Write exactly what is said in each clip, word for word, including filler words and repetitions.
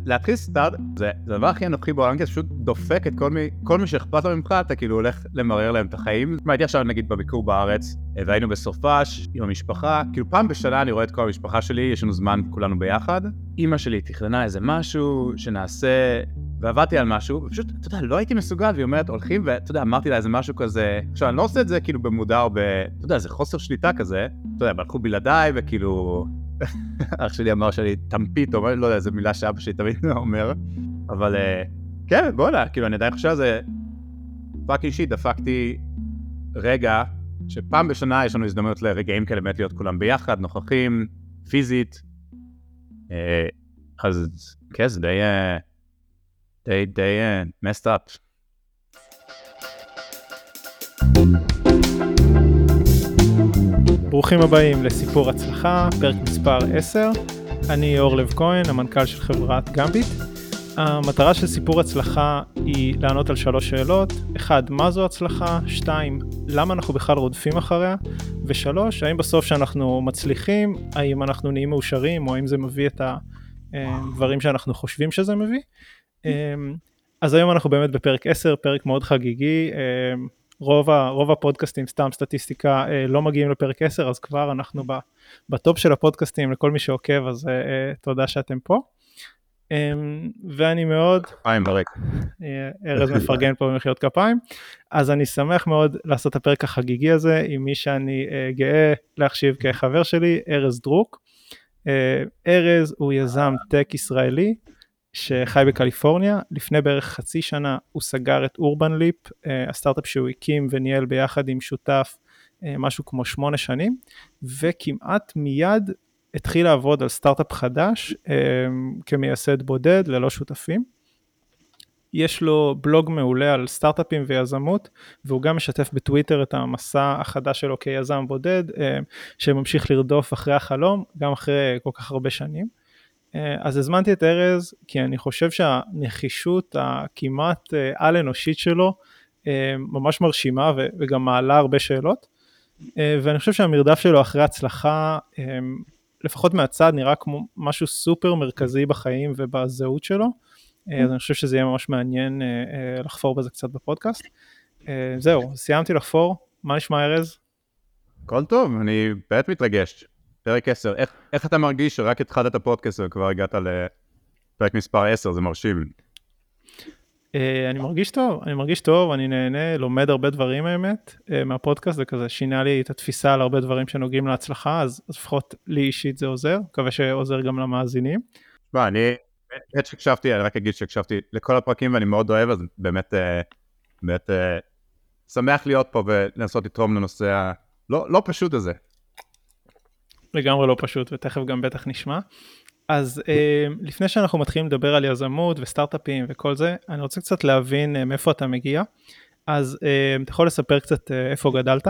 להתחיל סטארט, זה הדבר הכי אנוכי בעולם, כי זה פשוט דופק את כל מי, כל מי שאכפת לו ממך, אתה כאילו הולך למרר להם את החיים. הייתי עכשיו נגיד בביקור בארץ, והיינו בסופש עם המשפחה, כאילו פעם בשנה אני רואה את כל המשפחה שלי, יש לנו זמן כולנו ביחד. אמא שלי תכננה איזה משהו שנעשה, ועבדתי על משהו, ופשוט, אתה יודע, לא הייתי מסוגל, והיא אומרת, הולכים, ואתה יודע, אמרתי לה איזה משהו כזה, עכשיו, אני לא עושה את זה כאילו במודע או ב... אתה יודע, זה חוסר שליטה כזה, אתה יודע, הלכו בלעדיי, וכאילו... אח שלי אמר שאני תמפית, או לא יודע, זו מילה שאבא שלי תמיד אומר, אבל כן, בוא נה, כאילו, אני עדיין חושב שזה פאק אישי, דפקתי רגע, שפעם בשנה יש לנו הזדמנות לרגעים כאלה, באמת להיות כולם ביחד, נוכחים, פיזית, אז כן, זה די... די, די, messed up. ברוכים הבאים לסיפור הצלחה, פרק מספר עשר. אני אור לב כהן, המנכ"ל של חברת גמביט. המטרה של סיפור הצלחה היא לענות על שלוש שאלות. אחד, מה זו הצלחה? שתיים, למה אנחנו בכלל רודפים אחריה? ושלוש, האם בסוף שאנחנו מצליחים, האם אנחנו נהיים מאושרים, או האם זה מביא את הדברים שאנחנו חושבים שזה מביא? אז היום אנחנו באמת בפרק עשר, פרק מאוד חגיגי. רוב, ה, רוב הפודקאסטים, סתם סטטיסטיקה, לא מגיעים לפרק עשר, אז כבר אנחנו בטופ של הפודקאסטים, לכל מי שעוקב, אז תודה שאתם פה. ואני מאוד... כפיים ברק. ארז מפרגן פה במחיאות כפיים. אז אני שמח מאוד לעשות את הפרק החגיגי הזה, עם מי שאני גאה להחשיב כחבר שלי, ארז דרוק. ארז הוא יזם טק ישראלי, שחי בקליפורניה. לפני בערך חצי שנה הוא סגר את אורבן ליפ, הסטארט-אפ שהוא הקים וניהל ביחד עם שותף משהו כמו שמונה שנים, וכמעט מיד התחיל לעבוד על סטארט-אפ חדש, כמייסד בודד ללא שותפים. יש לו בלוג מעולה על סטארט-אפים ויזמות, והוא גם משתף בטוויטר את המסע החדש שלו כיזם בודד, שממשיך לרדוף אחרי החלום, גם אחרי כל כך הרבה שנים. אז הזמנתי את ארז, כי אני חושב שהנחישות הכמעט על אנושית שלו, ממש מרשימה וגם מעלה הרבה שאלות, ואני חושב שהמרדף שלו אחרי הצלחה, לפחות מהצד נראה כמו משהו סופר מרכזי בחיים ובזהות שלו, אז אני חושב שזה יהיה ממש מעניין לחפור בזה קצת בפודקאסט. זהו, סיימתי לחפור, מה נשמע ארז? כל טוב, אני באמת מתרגש. פרק עשר, איך, איך אתה מרגיש שרק התחלת את הפודקאסט וכבר הגעת לפרק מספר עשר, זה מרשים? אני מרגיש טוב, אני מרגיש טוב, אני נהנה, לומד הרבה דברים האמת, מהפודקאסט, זה כזה שינה לי את התפיסה על הרבה דברים שנוגעים להצלחה, אז, אז לפחות לי אישית זה עוזר, מקווה שעוזר גם למאזינים. בוא, אני, באמת שהקשבתי, אני רק אגיד שהקשבתי לכל הפרקים ואני מאוד אוהב, אז באמת, באמת, שמח להיות פה ולנסות לתרום לנושא הלא, לא פשוט הזה. לגמרי לא פשוט, ותכף גם בטח נשמע. אז אה, לפני שאנחנו מתחילים לדבר על יזמות וסטארט-אפים וכל זה, אני רוצה קצת להבין אה, מאיפה אתה מגיע. אז אה, אתה יכול לספר קצת אה, איפה גדלת?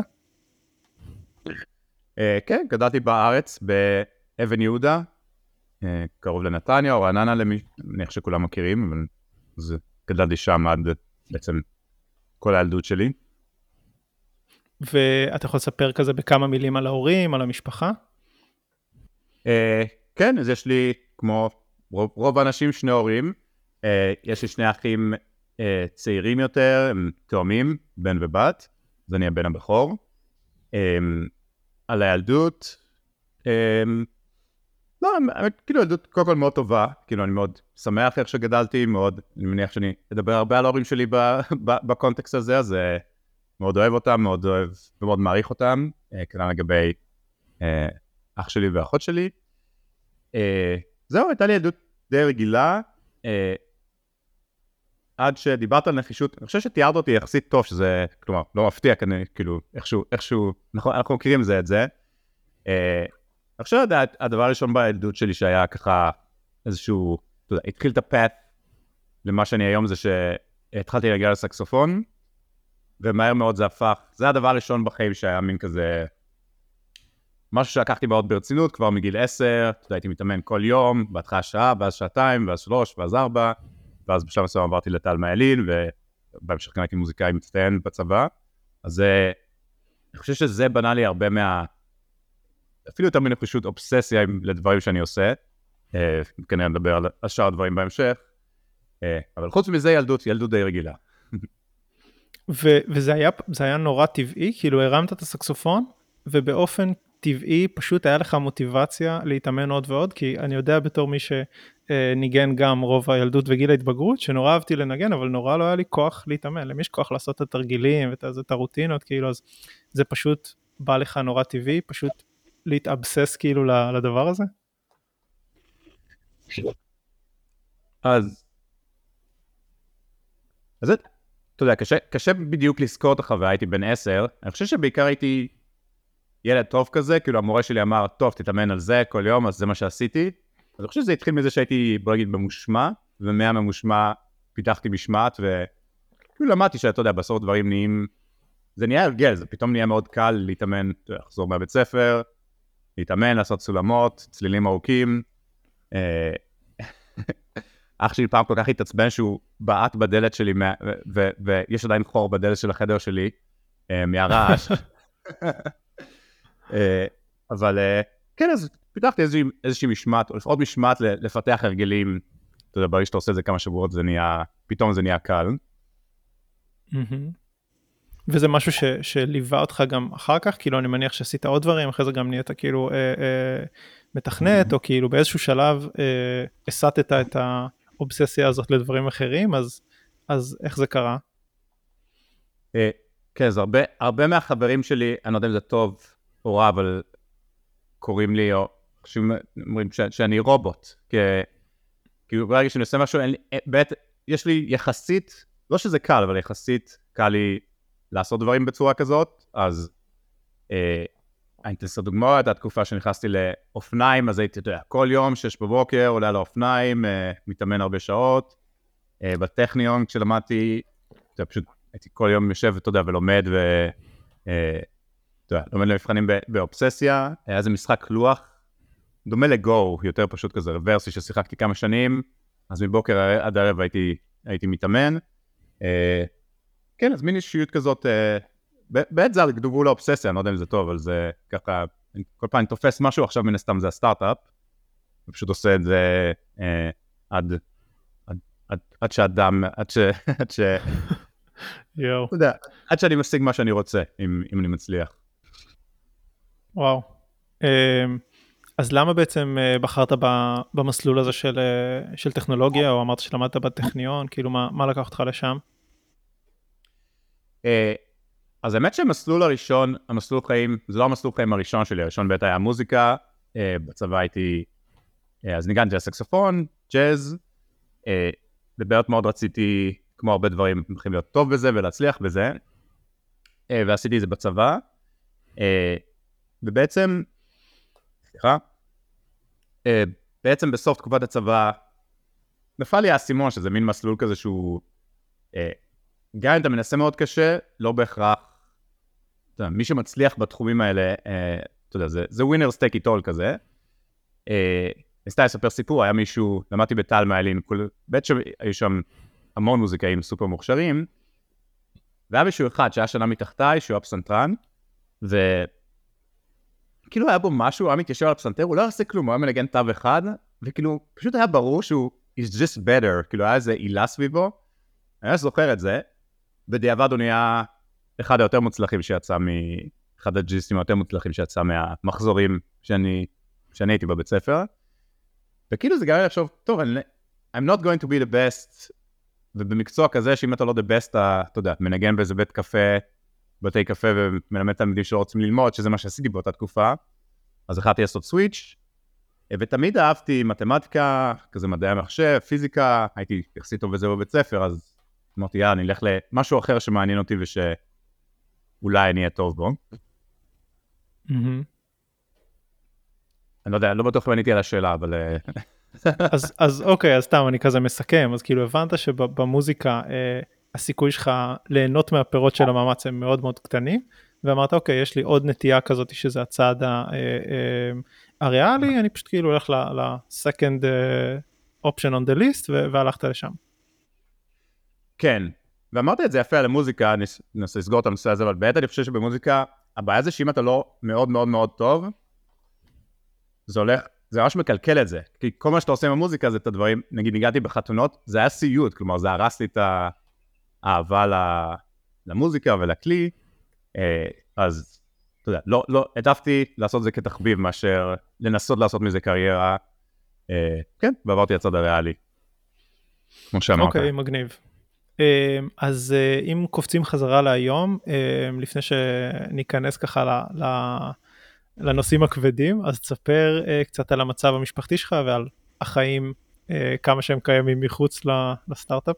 אה, כן, גדלתי בארץ, באבן יהודה, אה, קרוב לנתניה, או רעננה, למי, אני חושב שכולם מכירים, אבל אז גדלתי שם עד בעצם כל הילדות שלי. ואתה יכול לספר כזה בכמה מילים על ההורים, על המשפחה? Uh, כן, אז יש לי, כמו רוב, רוב האנשים, שני הורים. Uh, יש לי שני אחים uh, צעירים יותר, הם תאומים, בן ובת, אז אני הבן הבכור. Um, על הילדות, um, לא, כאילו ילדות קודם כל מאוד טובה, כאילו אני מאוד שמח איך שגדלתי, מאוד, אני מניח שאני אדבר הרבה על ההורים שלי בקונטקסט הזה, אז uh, מאוד אוהב אותם, מאוד אוהב ומאוד מעריך אותם, uh, כנראה לגבי... Uh, אח שלי ואחות שלי. Uh, זהו, הייתה לי ילדות די רגילה, uh, עד שדיברת על נחישות, אני חושב שתיארת אותי יחסית טוב, שזה, כלומר, לא מפתיע, כנראה, כאילו, איכשהו, איכשהו, נכון, אנחנו מכירים זה את זה. Uh, אני חושב שהדבר הראשון בילדות שלי שהיה ככה איזשהו, אתה יודע, התחיל את הפאט למה שאני היום, זה שהתחלתי להגיע לסקסופון, ומהר מאוד זה הפך, זה הדבר הראשון בחיים שהיה מין כזה, משהו שלקחתי מאוד ברצינות, כבר מגיל עשר, הייתי מתאמן כל יום, בהתחלה שעה, ואז שעתיים, ואז שלוש, ואז ארבע, ואז בשלב מסוים עברתי לטל מעלין, ובהמשך גם הייתי מוזיקאי מצטיין בצבא, אז אני חושב שזה בנה לי הרבה מה... אפילו יותר מן פשוט אובססיה לדברים שאני עושה, כנראה נדבר על השאר הדברים בהמשך, אבל חוץ מזה ילדות, ילדות די רגילה. וזה היה, זה היה נורא טבעי, כאילו הרמת את הסקסופון, ובאופן טבעי פשוט היה לך מוטיבציה להתאמן עוד ועוד, כי אני יודע בתור מי שניגן גם רוב הילדות וגיל ההתבגרות, שנורא אהבתי לנגן, אבל נורא לא היה לי כוח להתאמן, למי יש כוח לעשות את התרגילים ואת הרוטינות, כאילו, אז זה פשוט בא לך נורא טבעי, פשוט להתאבסס כאילו לדבר הזה? אז, אז זה, אתה יודע, קשה, קשה בדיוק לזכור את החוויה, הייתי בן עשר, אני חושב שבעיקר הייתי ילד טוב כזה, כאילו המורה שלי אמר, טוב, תתאמן על זה כל יום, אז זה מה שעשיתי. אז אני חושב שזה התחיל מזה שהייתי, בוא נגיד, במושמע, ומהממושמע פיתחתי משמעת, וכאילו למדתי שאתה יודע, בסוף דברים נהיים, זה נהיה הרגל, זה פתאום נהיה מאוד קל להתאמן, לחזור מהבית ספר, להתאמן, לעשות סולמות, צלילים ארוכים. אח שלי פעם כל כך התעצבן שהוא בעט בדלת שלי, ויש עדיין חור בדלת של החדר שלי, מהרעש. אבל כן, אז פיתחתי איזושהי משמעת, או לפחות משמעת לפתח הרגלים, אתה יודע, ברגע שאתה עושה את זה כמה שבועות, זה נהיה, פתאום זה נהיה קל. וזה משהו ש, שליווה אותך גם אחר כך, כאילו אני מניח שעשית עוד דברים, אחרי זה גם נהיית כאילו אה, אה, מתכנת, או כאילו באיזשהו שלב אה, הסתת את האובססיה הזאת לדברים אחרים, אז, אז איך זה קרה? אה, כן, אז הרבה, הרבה מהחברים שלי, אני לא יודע אם זה טוב או רע, אבל קוראים לי, או אומרים ש, שאני רובוט, כי, כאילו ברגע שאני עושה משהו, אין לי, בעת, יש לי יחסית, לא שזה קל, אבל יחסית קל לי לעשות דברים בצורה כזאת, אז אה, אני אתן לעשות דוגמאות, הייתה תקופה שנכנסתי לאופניים, אז הייתי, אתה יודע, כל יום, שש בבוקר, עולה לאופניים, אה, מתאמן הרבה שעות, אה, בטכניון, כשלמדתי, אתה יודע, פשוט הייתי כל יום יושב, אתה יודע, ולומד, ו... אה, אתה יודע, לומד למבחנים באובססיה, היה איזה משחק לוח, דומה לגו, יותר פשוט כזה, רוורסי ששיחקתי כמה שנים, אז מבוקר עד הערב הייתי, הייתי מתאמן, אה, כן, אז מין אישיות כזאת, בעת זה גדובו לאובססיה, אני לא יודע אם זה טוב, אבל זה ככה, כל פעם אני תופס משהו, עכשיו מן הסתם זה הסטארט-אפ, ופשוט עושה את זה אה, עד, עד, עד, עד שהאדם, עד ש... עד ש... יו. אתה יודע, עד שאני משיג מה שאני רוצה, אם, אם אני מצליח. וואו. אז למה בעצם בחרת במסלול הזה של, של טכנולוגיה, או אמרת שלמדת בטכניון, כאילו מה, מה לקח אותך לשם? אז האמת שהמסלול הראשון, המסלול חיים, זה לא המסלול חיים הראשון שלי, הראשון בעת היה מוזיקה, בצבא הייתי, אז ניגנתי לסקסופון, ג'אז, ובאמת מאוד רציתי, כמו הרבה דברים, מתחילים להיות טוב בזה ולהצליח בזה, ועשיתי את זה בצבא, ובעצם, סליחה, בעצם בסוף תקופת הצבא, נפל לי האסימון, שזה מין מסלול כזה שהוא, גם אם אתה מנסה מאוד קשה, לא בהכרח, אתה יודע, מי שמצליח בתחומים האלה, אתה יודע, זה, זה ווינר סטייק איטול כזה. נסתה לספר סיפור, היה מישהו, למדתי בטל מאלין, בית שהיו שם המון מוזיקאים סופר מוכשרים, והיה מישהו אחד שהיה שנה מתחתיי, שהוא היה פסנתרן, וכאילו היה בו משהו, היה מתיישב על הפסנתר, הוא לא עושה כלום, הוא היה מנגן תו אחד, וכאילו פשוט היה ברור שהוא is just better, כאילו היה איזה עילה סביבו, אני זוכר את זה, בדיעבד הוא נהיה אחד היותר מוצלחים שיצא מ... אחד הג'יסטים היותר מוצלחים שיצא מהמחזורים שאני, שאני הייתי בבית ספר, וכאילו זה גם היה לחשוב, טוב, אני, I'm not going to be the best, ובמקצוע כזה שאם אתה לא the best, אתה, אתה יודע, מנגן באיזה בית קפה, בתי קפה ומלמד תלמידים שלא רוצים ללמוד, שזה מה שעשיתי באותה תקופה, אז החלטתי לעשות סוויץ', ותמיד אהבתי מתמטיקה, כזה מדעי המחשב, פיזיקה, הייתי יחסית טוב בזה בבית ספר, אז אמרתי, יאללה, אני אלך למשהו אחר שמעניין אותי ושאולי אני אהיה טוב בו. אני לא יודע, לא בטוח ועניתי על השאלה, אבל... אז, אז אוקיי, אז סתם, אני כזה מסכם, אז כאילו הבנת שבמוזיקה הסיכוי שלך ליהנות מהפירות של המאמץ הם מאוד מאוד קטנים, ואמרת, אוקיי, יש לי עוד נטייה כזאת שזה הצעד הריאלי, אני פשוט כאילו הולך ל-second option on the list, והלכת לשם. כן, ואמרת את זה יפה על המוזיקה, אני אנסה לסגור את הנושא הזה, אבל בעת אני חושב שבמוזיקה, הבעיה זה שאם אתה לא מאוד מאוד מאוד טוב, זה הולך, זה ממש מקלקל את זה, כי כל מה שאתה עושה עם המוזיקה זה את הדברים, נגיד ניגעתי בחתונות, זה היה סיוט, כלומר זה הרס לי את האהבה למוזיקה ולכלי, אז אתה יודע, לא, לא, העדפתי לעשות את זה כתחביב מאשר לנסות לעשות מזה קריירה, כן, ועברתי לצד הריאלי, כמו שאמרת. אוקיי, מגניב. אז אם קופצים חזרה להיום, לפני שניכנס ככה לנושאים הכבדים, אז תספר קצת על המצב המשפחתי שלך ועל החיים, כמה שהם קיימים מחוץ לסטארט-אפ.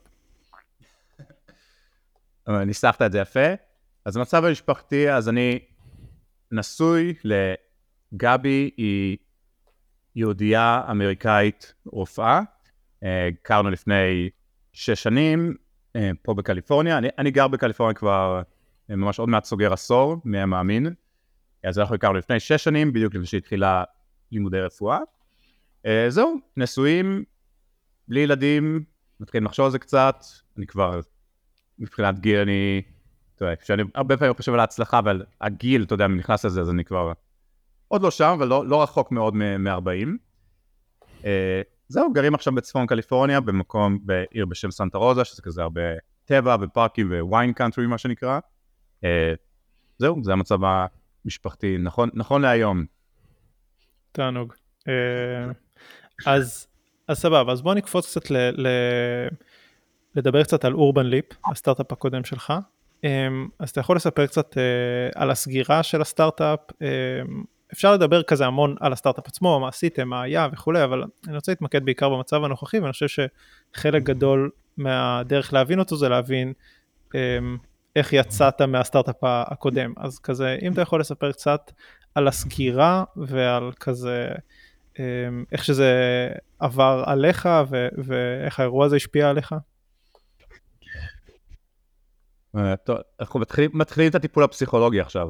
ניסחת את זה יפה. אז המצב המשפחתי, אז אני נשוי לגבי, היא יהודייה אמריקאית רופאה, הכרנו לפני שש שנים, פה בקליפורניה, אני, אני גר בקליפורניה כבר ממש עוד מעט סוגר עשור, מי המאמין, אז אנחנו הכרנו לפני שש שנים, בדיוק לפני שהתחילה לימודי רפואה. זהו, נשואים, בלי ילדים, מתחילים לחשוב על זה קצת, אני כבר, מבחינת גיל אני, אתה יודע, שאני הרבה פעמים חושב על ההצלחה, אבל הגיל, אתה יודע, נכנס לזה, אז אני כבר עוד לא שם, אבל לא, לא רחוק מאוד מ-ארבעים. זהו, גרים עכשיו בצפון קליפורניה, במקום, בעיר בשם סנטה רוזה, שזה כזה הרבה טבע ופארקים וויין קאנטרי, מה שנקרא. זהו, זה המצב המשפחתי, נכון, נכון להיום. תענוג. אז, אז סבבה, אז בוא נקפוץ קצת ל, ל, לדבר קצת על אורבן ליפ, הסטארט-אפ הקודם שלך. אז אתה יכול לספר קצת על הסגירה של הסטארט-אפ, אפשר לדבר כזה המון על הסטארט-אפ עצמו, מה עשיתם, מה היה וכולי, אבל אני רוצה להתמקד בעיקר במצב הנוכחי, ואני חושב שחלק גדול מהדרך להבין אותו זה להבין איך יצאת מהסטארט-אפ הקודם. אז כזה, אם אתה יכול לספר קצת על הסגירה ועל כזה, איך שזה עבר עליך ו- ואיך האירוע הזה השפיע עליך. טוב, אנחנו מתחילים, מתחילים את הטיפול הפסיכולוגי עכשיו.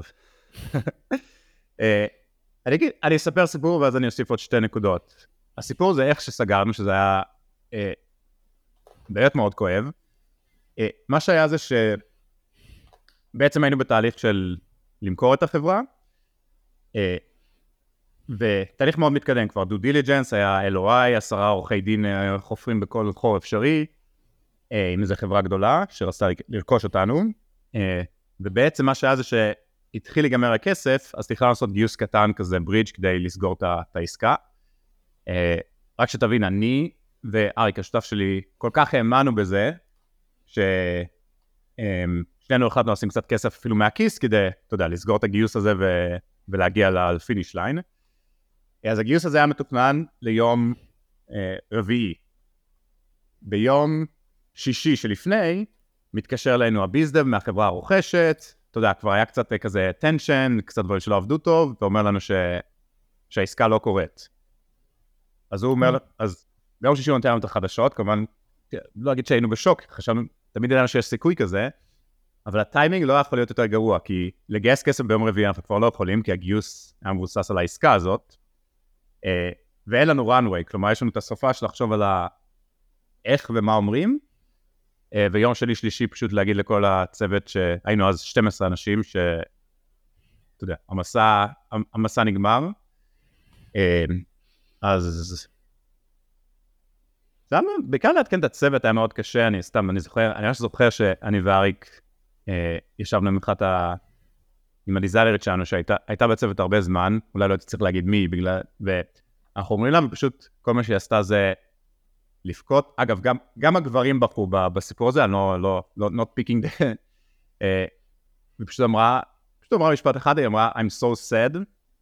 אני אגיד, אני אספר סיפור ואז אני אוסיף עוד שתי נקודות. הסיפור זה איך שסגרנו, שזה היה אה, באמת מאוד כואב. אה, מה שהיה זה שבעצם היינו בתהליך של למכור את החברה, אה, ותהליך מאוד מתקדם כבר, דו דיליג'נס, היה אל או איי, עשרה עורכי דין אה, חופרים בכל חור אפשרי, אה, עם איזו חברה גדולה שרצתה לרכוש אותנו, אה, ובעצם מה שהיה זה ש... התחיל להיגמר הכסף, אז תכלה לעשות גיוס קטן כזה, ברידג' כדי לסגור את העסקה. רק שתבין, אני ואריק, השותף שלי, כל כך האמנו בזה, ששנינו החלטנו לשים קצת כסף אפילו מהכיס, כדי, אתה יודע, לסגור את הגיוס הזה ו... ולהגיע לפיניש ליין. אז הגיוס הזה היה מתוכנן ליום רביעי. ביום שישי שלפני, מתקשר אלינו הביזדב מהחברה הרוכשת, אתה יודע, כבר היה קצת כזה טנשן, קצת דברים שלא עבדו טוב, ואומר לנו ש... שהעסקה לא קורית. אז הוא אומר, אז ביום שישי הוא נותן לנו את החדשות, כמובן, לא אגיד שהיינו בשוק, חשבנו, תמיד ידענו שיש סיכוי כזה, אבל הטיימינג לא יכול להיות יותר גרוע, כי לגייס כסף ביום רביעי אנחנו כבר לא יכולים, כי הגיוס היה מבוסס על העסקה הזאת, ואין לנו runway, כלומר יש לנו את הסופה של לחשוב על איך ומה אומרים, ויום שלי שלישי פשוט להגיד לכל הצוות שהיינו אז שנים עשר אנשים, שאתה יודע, המסע, המסע נגמר, אז זה היה, בעיקר להתקן את הצוות היה מאוד קשה, אני סתם, אני זוכר, אני ממש זוכר שאני ואריק ישבנו ממחת ה... עם הדיזיינרית שלנו, שהייתה בצוות הרבה זמן, אולי לא הייתי צריך להגיד מי, בגלל, ואנחנו אומרים לה, ופשוט כל מה שהיא עשתה זה לפקוט, אגב, גם, גם הגברים בחרו בסיפור הזה, אני לא, לא, לא, not picking the... היא פשוט אמרה, פשוט אמרה משפט אחד, היא אמרה, I'm so sad.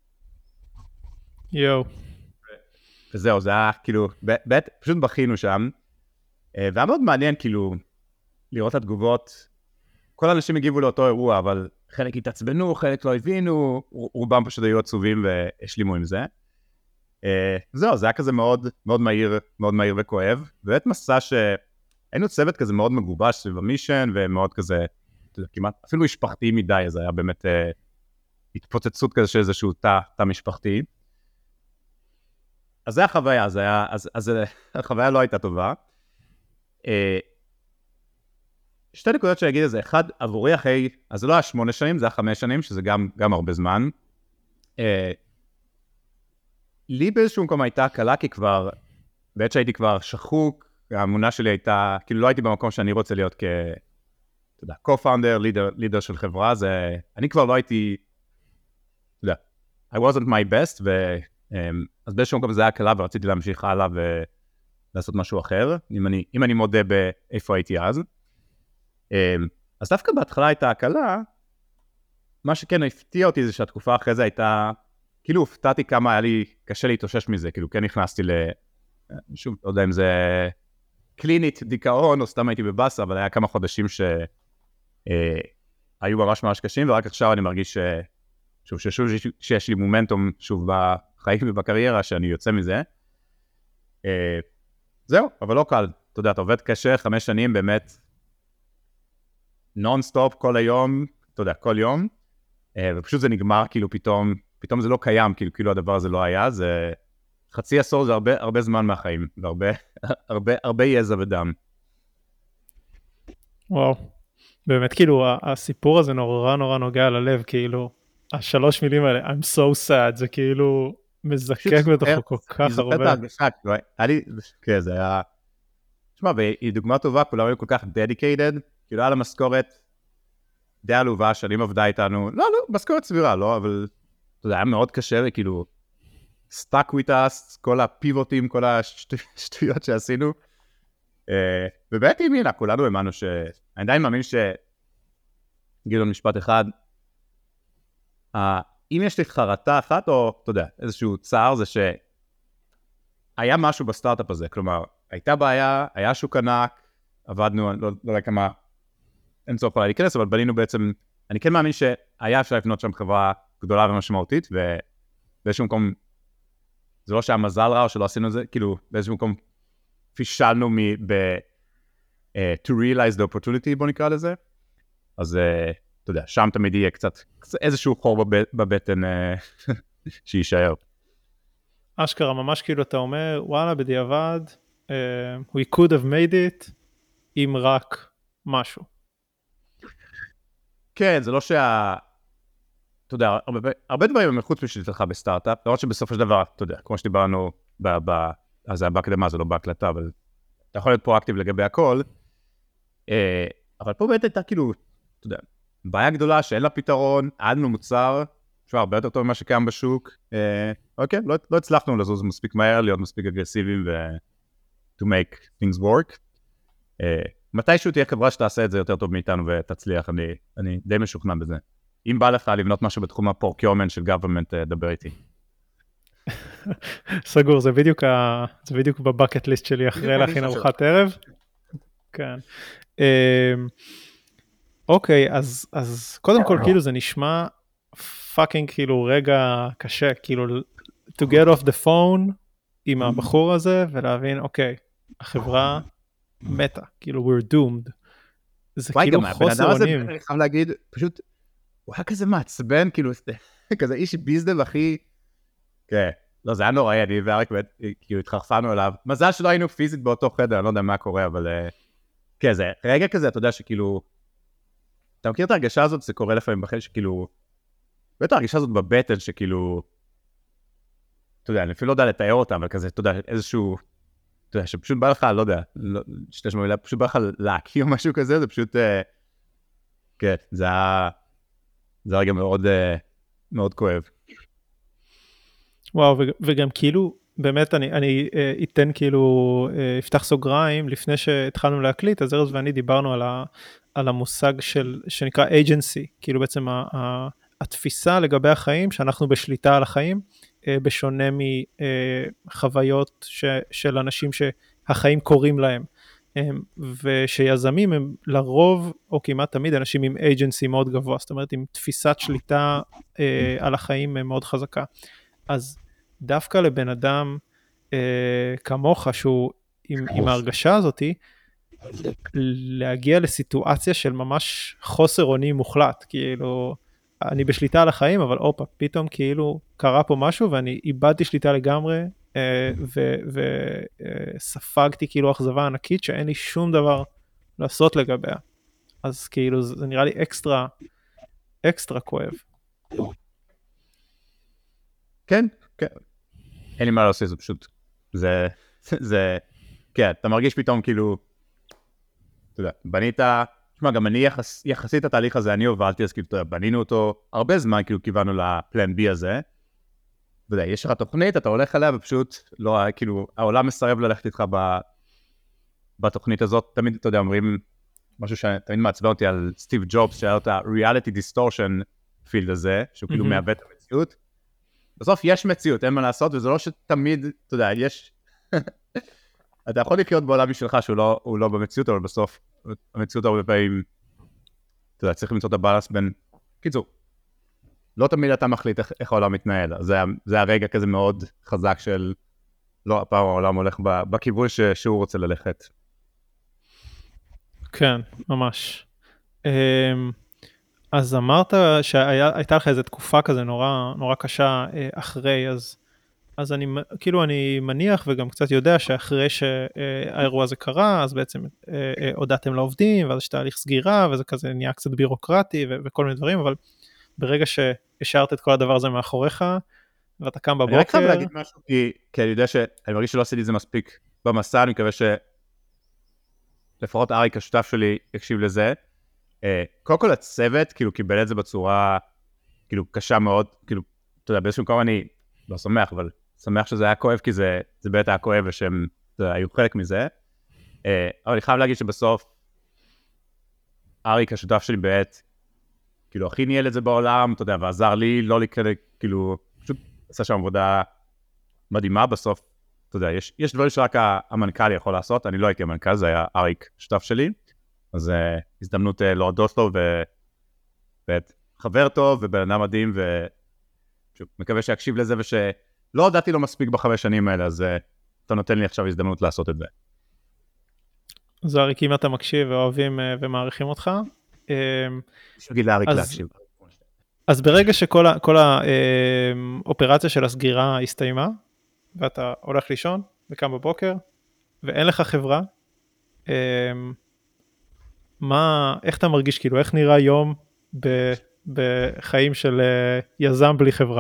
יו. וזהו, זה היה כאילו, בית, פשוט בכינו שם, והיה מאוד מעניין כאילו, לראות את התגובות, כל האנשים הגיבו לאותו אירוע, אבל חלק התעצבנו, חלק לא הבינו, רובם פשוט היו עצובים והשלימו עם זה. זהו, זה היה כזה מאוד, מאוד מהיר, מאוד מהיר וכואב, ובאמת מסע שהיינו צוות כזה מאוד מגובש סביב המישן, ומאוד כזה, כמעט, אפילו משפחתי מדי, זה היה באמת התפוצצות כזה של איזשהו תא, תא משפחתי. אז זה החוויה, זה היה, אז, אז החוויה לא הייתה טובה. שתי נקודות שאני אגיד את זה, אחד, עבורי אחרי, אז זה לא היה שמונה שנים, זה היה חמש שנים, שזה גם, גם הרבה זמן. לי באיזשהו מקום הייתה הקלה, כי כבר, בעת שהייתי כבר שחוק, האמונה שלי הייתה, כאילו לא הייתי במקום שאני רוצה להיות כ... אתה יודע, co-founder, leader, leader של חברה, זה... אני כבר לא הייתי... אתה יודע, I wasn't my best, ו... אז באיזשהו מקום זה היה הקלה, ורציתי להמשיך הלאה ולעשות משהו אחר, אם אני, אם אני מודה באיפה הייתי אז. אז דווקא בהתחלה הייתה הקלה, מה שכן הפתיע אותי זה שהתקופה אחרי זה הייתה, כאילו הופתעתי כמה היה לי קשה להתאושש מזה, כאילו כן נכנסתי ל... שוב, לא יודע אם זה קלינית, דיכאון, או סתם הייתי בבאסה, אבל היה כמה חודשים שהיו ממש ממש קשים, ורק עכשיו אני מרגיש ש... שוב, ששוב שיש לי מומנטום שוב בחיים ובקריירה שאני יוצא מזה. זהו, אבל לא קל. אתה יודע, אתה עובד קשה, חמש שנים באמת, נון-סטופ כל היום, אתה יודע, כל יום, ופשוט זה נגמר, כאילו פתאום, פתאום זה לא קיים, כאילו, כאילו הדבר הזה לא היה, זה חצי עשור, זה הרבה, הרבה זמן מהחיים, והרבה, הרבה, הרבה יזע ודם. וואו, באמת כאילו הסיפור הזה נורא נורא נוגע ללב, כאילו, השלוש מילים האלה, I'm so sad, זה כאילו מזקק בתוכו כל כך הרבה. אני זוכר את ההרגשה, היה לי, כן, זה היה, תשמע, והיא דוגמה טובה, כולם היו כל כך dedicated, כאילו על המשכורת, די עלובה, שנים עבדה איתנו, לא, לא, משכורת סבירה, לא, אבל, אתה יודע, היה מאוד קשה, וכאילו, stuck with us, כל הפיבוטים, כל השטויות שעשינו, ובאמת היא מילה, כולנו האמנו ש... אני עדיין מאמין ש... נגיד לו משפט אחד, אם יש לי חרטה אחת, או, אתה יודע, איזשהו צער, זה שהיה משהו בסטארט-אפ הזה, כלומר, הייתה בעיה, היה שוק ענק, עבדנו, לא, לא יודע כמה, אין צורך אולי להיכנס, אבל בנינו בעצם, אני כן מאמין שהיה אפשר לפנות שם חברה גדולה ומשמעותית, ובאיזשהו מקום, זה לא שהיה מזל רע, או שלא עשינו את זה, כאילו, באיזשהו מקום, פישלנו מ... ב... Uh, to realize the opportunity, בוא נקרא לזה. אז, uh, אתה יודע, שם תמיד יהיה קצת, איזשהו חור בב... בבטן uh, שישאר. אשכרה, ממש כאילו אתה אומר, וואלה, בדיעבד, uh, we could have made it, אם רק משהו. כן, זה לא שה... אתה יודע, הרבה, הרבה דברים הם מחוץ משליטתך בסטארט-אפ, למרות שבסופו של דבר, אתה יודע, כמו שדיברנו, ב... ב... אז זה בהקדמה, זה לא בהקלטה, אבל אתה יכול להיות פרואקטיב לגבי הכל, אבל פה באמת הייתה כאילו, אתה יודע, בעיה גדולה שאין לה פתרון, היה לנו מוצר, שהוא הרבה יותר טוב ממה שקיים בשוק, אוקיי, לא, לא הצלחנו לזוז מספיק מהר, להיות מספיק אגרסיביים ו... to make things work. מתישהו תהיה חברה שתעשה את זה יותר טוב מאיתנו ותצליח, אני, אני די משוכנע בזה. אם בא לך לבנות משהו בתחום הפורקיומנט של government, דבר איתי. סגור, זה בדיוק, ה... זה בדיוק בבקט ליסט שלי אחרי להכין ארוחת ערב. כן. אוקיי, אז, אז קודם כל כאילו זה נשמע פאקינג כאילו רגע קשה, כאילו to get off the phone עם הבחור הזה ולהבין, אוקיי, החברה מתה, כאילו we're doomed. זה כאילו חוסר אונים. אני חייב להגיד, פשוט, הוא היה כזה מעצבן, כאילו, כזה איש ביזנס הכי, כן. לא, זה היה נוראי, אני ואריק, כאילו, התחרפנו אליו. מזל שלא היינו פיזית באותו חדר, אני לא יודע מה קורה, אבל... כן, זה רגע כזה, אתה יודע שכאילו... אתה מכיר את ההרגשה הזאת? זה קורה לפעמים בחיים שכאילו... ואת ההרגשה הזאת בבטן שכאילו... אתה יודע, אני אפילו לא יודע לתאר אותה, אבל כזה, אתה יודע, איזשהו... אתה יודע, שפשוט בא לך, לא יודע, שתשמע מילה, פשוט בא לך להכיר משהו כזה, זה פשוט... כן, זה היה... זה רגע מאוד, מאוד כואב. וואו, וגם כאילו, באמת אני, אני אתן כאילו, אפתח סוגריים, לפני שהתחלנו להקליט, אז ארז ואני דיברנו על, ה, על המושג של, שנקרא agency, כאילו בעצם ה, ה, התפיסה לגבי החיים, שאנחנו בשליטה על החיים, בשונה מחוויות ש, של אנשים שהחיים קוראים להם, ושיזמים הם לרוב, או כמעט תמיד, אנשים עם agency מאוד גבוה, זאת אומרת, עם תפיסת שליטה על החיים מאוד חזקה. אז דווקא לבן אדם אה, כמוך, שהוא עם, עם ההרגשה הזאת, להגיע לסיטואציה של ממש חוסר אונים מוחלט, כאילו, אני בשליטה על החיים, אבל אופה, פתאום כאילו קרה פה משהו, ואני איבדתי שליטה לגמרי, אה, וספגתי כאילו אכזבה ענקית, שאין לי שום דבר לעשות לגביה. אז כאילו, זה נראה לי אקסטרה, אקסטרה כואב. כן, כן. אין לי מה להוסיף, זה פשוט, זה, זה, כן, אתה מרגיש פתאום כאילו, אתה יודע, בנית, תשמע, גם אני יחס, יחסית את התהליך הזה, אני הובלתי, אז כאילו, אתה יודע, בנינו אותו הרבה זמן, כאילו, כיוונו לפלן בי הזה, אתה יודע, יש לך תוכנית, אתה הולך עליה, ופשוט, לא, כאילו, העולם מסרב ללכת איתך ב, בתוכנית הזאת, תמיד, אתה יודע, אומרים, משהו שתמיד מעצבן אותי על סטיב ג'ובס, שהיה את ה-reality distortion field הזה, שהוא כאילו מאבד את המציאות. בסוף יש מציאות, אין מה לעשות, וזה לא שתמיד, אתה יודע, יש... אתה יכול לחיות בעולם משלך שהוא לא, הוא לא במציאות, אבל בסוף המציאות הרבה פעמים, אתה יודע, צריך למצוא את הבאלנס בין... קיצור, לא תמיד אתה מחליט איך, איך העולם מתנהל. זה, זה הרגע כזה מאוד חזק של... לא, הפעם העולם הולך בכיוון ש, שהוא רוצה ללכת. כן, ממש. אז אמרת שהייתה לך איזו תקופה כזה נורא, נורא קשה אחרי, אז, אז אני, כאילו אני מניח וגם קצת יודע שאחרי שהאירוע הזה קרה, אז בעצם הודעתם לעובדים, ואז יש תהליך סגירה, וזה כזה נהיה קצת בירוקרטי ו- וכל מיני דברים, אבל ברגע שהשארת את כל הדבר הזה מאחוריך, ואתה קם בבוקר... אני רק חייב להגיד משהו, כי, כי אני יודע שאני מרגיש שלא עשיתי את זה מספיק במסע, אני מקווה שלפחות אריק השותף שלי יקשיב לזה. קודם כל הצוות, כאילו, קיבל את זה בצורה, כאילו, קשה מאוד, כאילו, אתה יודע, באיזשהו מקום אני לא שמח, אבל שמח שזה היה כואב, כי זה, זה באמת היה כואב, ושהם היו חלק מזה. אבל אני חייב להגיד שבסוף, אריק השותף שלי באמת, כאילו, הכי ניהל את זה בעולם, אתה יודע, ועזר לי לא לקרוא, כאילו, פשוט עשה שם עבודה מדהימה בסוף, אתה יודע, יש, יש דברים שרק המנכ"ל יכול לעשות, אני לא הייתי המנכ"ל, זה היה אריק שותף שלי, אז uh, הזדמנות uh, להודות לו, ובאמת חבר טוב ובן אדם מדהים, ומקווה שיקשיב לזה, ושלא הודעתי לו מספיק בחמש שנים האלה, אז uh, אתה נותן לי עכשיו הזדמנות לעשות את זה. אז אריק, אם אתה מקשיב ואוהבים uh, ומעריכים אותך, שגיד לאריק להקשיב. אז ברגע שכל ה, כל האופרציה של הסגירה הסתיימה, ואתה הולך לישון וקם בבוקר, ואין לך חברה, מה, איך אתה מרגיש, כאילו, איך נראה יום ב, בחיים של יזם בלי חברה?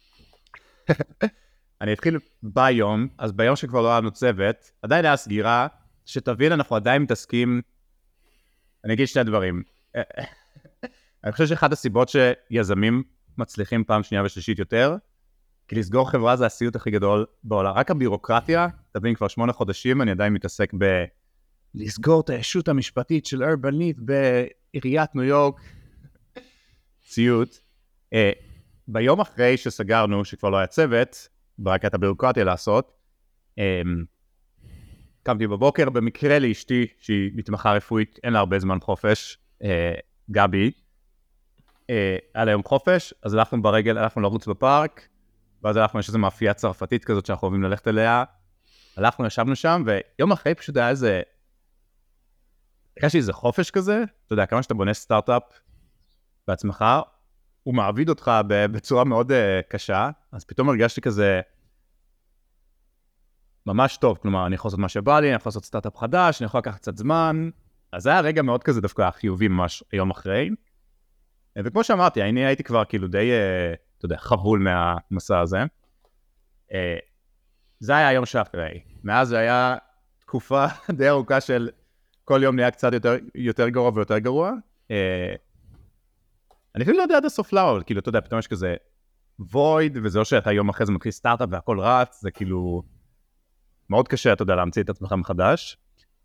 אני אתחיל ביום, אז ביום שכבר לא היה לנו צוות, עדיין היה סגירה, שתבין, אנחנו עדיין מתעסקים, אני אגיד שני דברים. אני חושב שאחת הסיבות שיזמים מצליחים פעם שנייה ושלישית יותר, כי לסגור חברה זה הסיוט הכי גדול בעולם. רק הבירוקרטיה, תבין, כבר שמונה חודשים, אני עדיין מתעסק ב... לסגור את הישות המשפטית של ארבנית בעיריית ניו יורק. סיוט. Uh, ביום אחרי שסגרנו, שכבר לא היה צוות, ברק הייתה בירוקרטיה לעשות, um, קמתי בבוקר, במקרה לאשתי, שהיא מתמחה רפואית, אין לה הרבה זמן חופש, uh, גבי, uh, היה לה יום חופש, אז הלכנו ברגל, הלכנו לרוץ בפארק, ואז הלכנו, יש איזו מאפייה צרפתית כזאת שאנחנו אוהבים ללכת אליה, הלכנו, ישבנו שם, ויום אחרי פשוט היה איזה, הרגשתי איזה חופש כזה, אתה יודע, כמה שאתה בונה סטארט-אפ בעצמך, הוא מעביד אותך בצורה מאוד uh, קשה, אז פתאום הרגשתי כזה ממש טוב, כלומר, אני יכול לעשות מה שבא לי, אני יכול לעשות סטארט-אפ חדש, אני יכול לקחת קצת זמן, אז זה היה רגע מאוד כזה דווקא חיובי ממש יום אחרי, וכמו שאמרתי, אני הייתי כבר כאילו די, uh, אתה יודע, חבול מהמסע הזה, uh, זה היה היום שאחרי, מאז זה היה תקופה די ארוכה של כל יום נהיה קצת יותר, יותר גרוע ויותר גרוע, uh, אני אפילו לא יודע עד הסוף למה, אבל כאילו, אתה יודע, פתאום יש כזה וויד, וזה לא שאתה יום אחרי זה מתחיל סטארט-אפ והכל רץ, זה כאילו מאוד קשה, אתה יודע, להמציא את עצמך מחדש.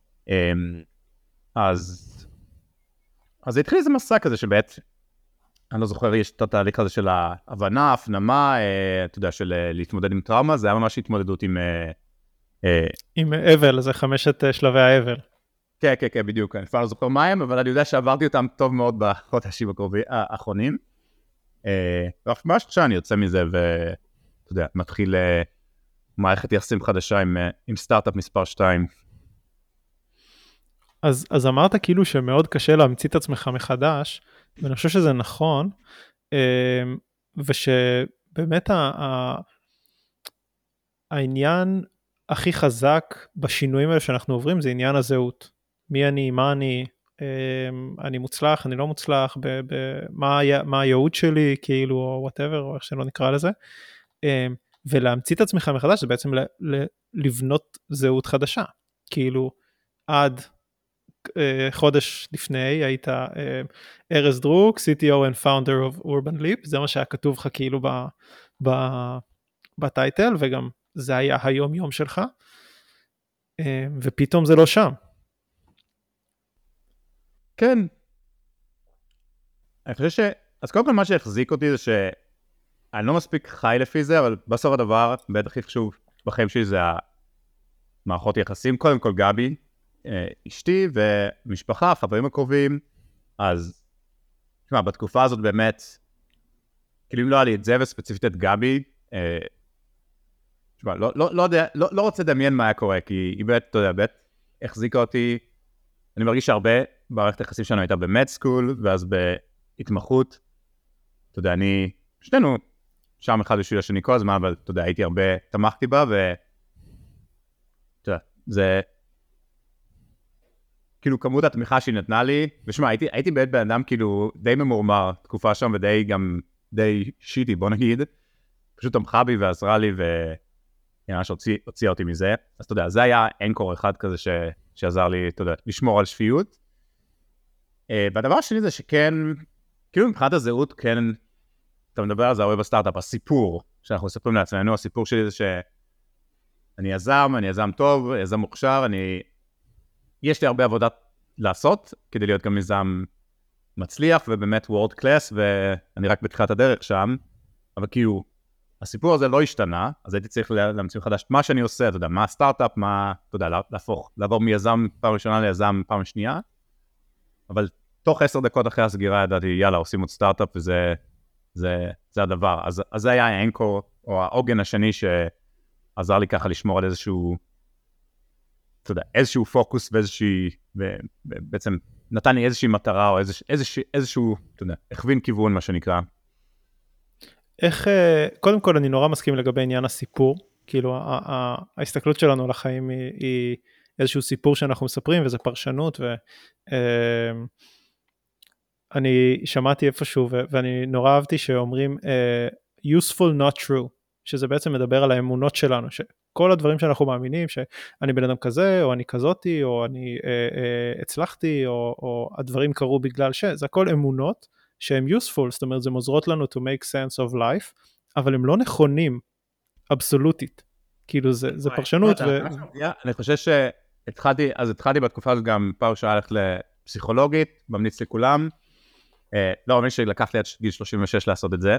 אז, אז התחיל איזה מסע כזה שבעת, אני לא זוכר, יש את התהליך הזה של ההבנה, הפנמה, אתה יודע, של להתמודד עם טראומה, זה היה ממש התמודדות עם... עם אבל, זה חמשת שלבי האבל. כן, כן, כן, בדיוק, אני כבר לא זוכר מה הם, אבל אני יודע שעברתי אותם טוב מאוד בחודשים האחרונים. ממש שאני יוצא מזה, ואתה יודע, מתחיל מערכת יחסים חדשה עם, עם סטארט-אפ מספר שתיים. אז, אז אמרת כאילו שמאוד קשה להמציא את עצמך מחדש, ואני חושב שזה נכון, ושבאמת ה, ה, העניין הכי חזק בשינויים האלה שאנחנו עוברים, זה עניין הזהות. מי אני, מה אני, אני מוצלח, אני לא מוצלח, ב, ב, מה, מה הייעוד שלי, כאילו, או whatever, או איך שלא נקרא לזה. ולהמציא את עצמך מחדש, זה בעצם ל- ל- לבנות זהות חדשה, כאילו עד חודש לפני היית ארז דרוק, סי טי או and founder of Urban Leap, זה מה שהיה כתוב לך כאילו ב, ב, בטייטל, וגם זה היה היום יום שלך, ופתאום זה לא שם. כן. אני חושב ש... אז קודם כל מה שהחזיק אותי זה שאני לא מספיק חי לפי זה, אבל בסוף הדבר, בטח הכי חשוב בחיים שלי זה המערכות יחסים, קודם כל גבי, אשתי ומשפחה, חברים הקרובים, אז, תשמע, בתקופה הזאת באמת, כאילו אם לא היה לי את זה וספציפית את גבי, תשמע, לא, לא, לא, לא, לא רוצה לדמיין מה היה קורה, כי היא באמת, אתה יודע, באמת החזיקה אותי, אני מרגיש שהרבה בערכת היחסים שלנו הייתה במד סקול, ואז בהתמחות, אתה יודע, אני, שנינו שם אחד בשביל השני כל הזמן, אבל אתה יודע, הייתי הרבה, תמכתי בה, ו... אתה יודע, זה... כאילו כמות התמיכה שהיא נתנה לי, ושמע, הייתי, הייתי באמת בן אדם כאילו די ממורמר, תקופה שם ודי גם, די שיטי, בוא נגיד, פשוט תמכה בי ועזרה לי, וממש הוציא, הוציאה אותי מזה, אז אתה יודע, זה היה אנקור אחד כזה ש, שעזר לי, אתה יודע, לשמור על שפיות. והדבר השני זה שכן, כאילו מבחינת הזהות, כן, אתה מדבר על זה הרבה בסטארט-אפ, הסיפור שאנחנו מספרים לעצמנו, הסיפור שלי זה שאני יזם, אני יזם טוב, יזם מוכשר, אני... יש לי הרבה עבודה לעשות, כדי להיות גם יזם מצליח, ובאמת וורד קלאס, ואני רק בתחילת הדרך שם, אבל כאילו, הסיפור הזה לא השתנה, אז הייתי צריך להמציא מחדש מה שאני עושה, אתה יודע, מה הסטארט-אפ, מה, אתה יודע, להפוך, לעבור מיזם פעם ראשונה ליזם פעם שנייה, אבל תוך עשר דקות אחרי הסגירה ידעתי, יאללה, עושים עוד סטארט-אפ, וזה זה, זה הדבר. אז, אז זה היה האנקור, או העוגן השני שעזר לי ככה לשמור על איזשהו, אתה יודע, איזשהו פוקוס ואיזושהי, בעצם נתן לי איזושהי מטרה, או איזוש, איזוש, איזשהו, אתה יודע, הכווין כיוון, מה שנקרא. איך, קודם כל אני נורא מסכים לגבי עניין הסיפור, כאילו ההסתכלות שלנו על החיים היא, היא איזשהו סיפור שאנחנו מספרים, וזה פרשנות, ואני שמעתי איפשהו, ואני נורא אהבתי שאומרים, useful not true, שזה בעצם מדבר על האמונות שלנו, שכל הדברים שאנחנו מאמינים, שאני בן אדם כזה, או אני כזאתי, או אני הצלחתי, או, או הדברים קרו בגלל ש, זה הכל אמונות, שהם useful, זאת אומרת, זה מוזרות לנו to make sense of life, אבל הם לא נכונים, אבסולוטית. כאילו, זה, זה פרשנות. ו... אני חושב שהתחלתי, אז התחלתי בתקופה הזאת גם פעם שעה ללכת לפסיכולוגית, ממליץ לכולם, לא, אני שלקח לי עד גיל שלושים ושש לעשות את זה,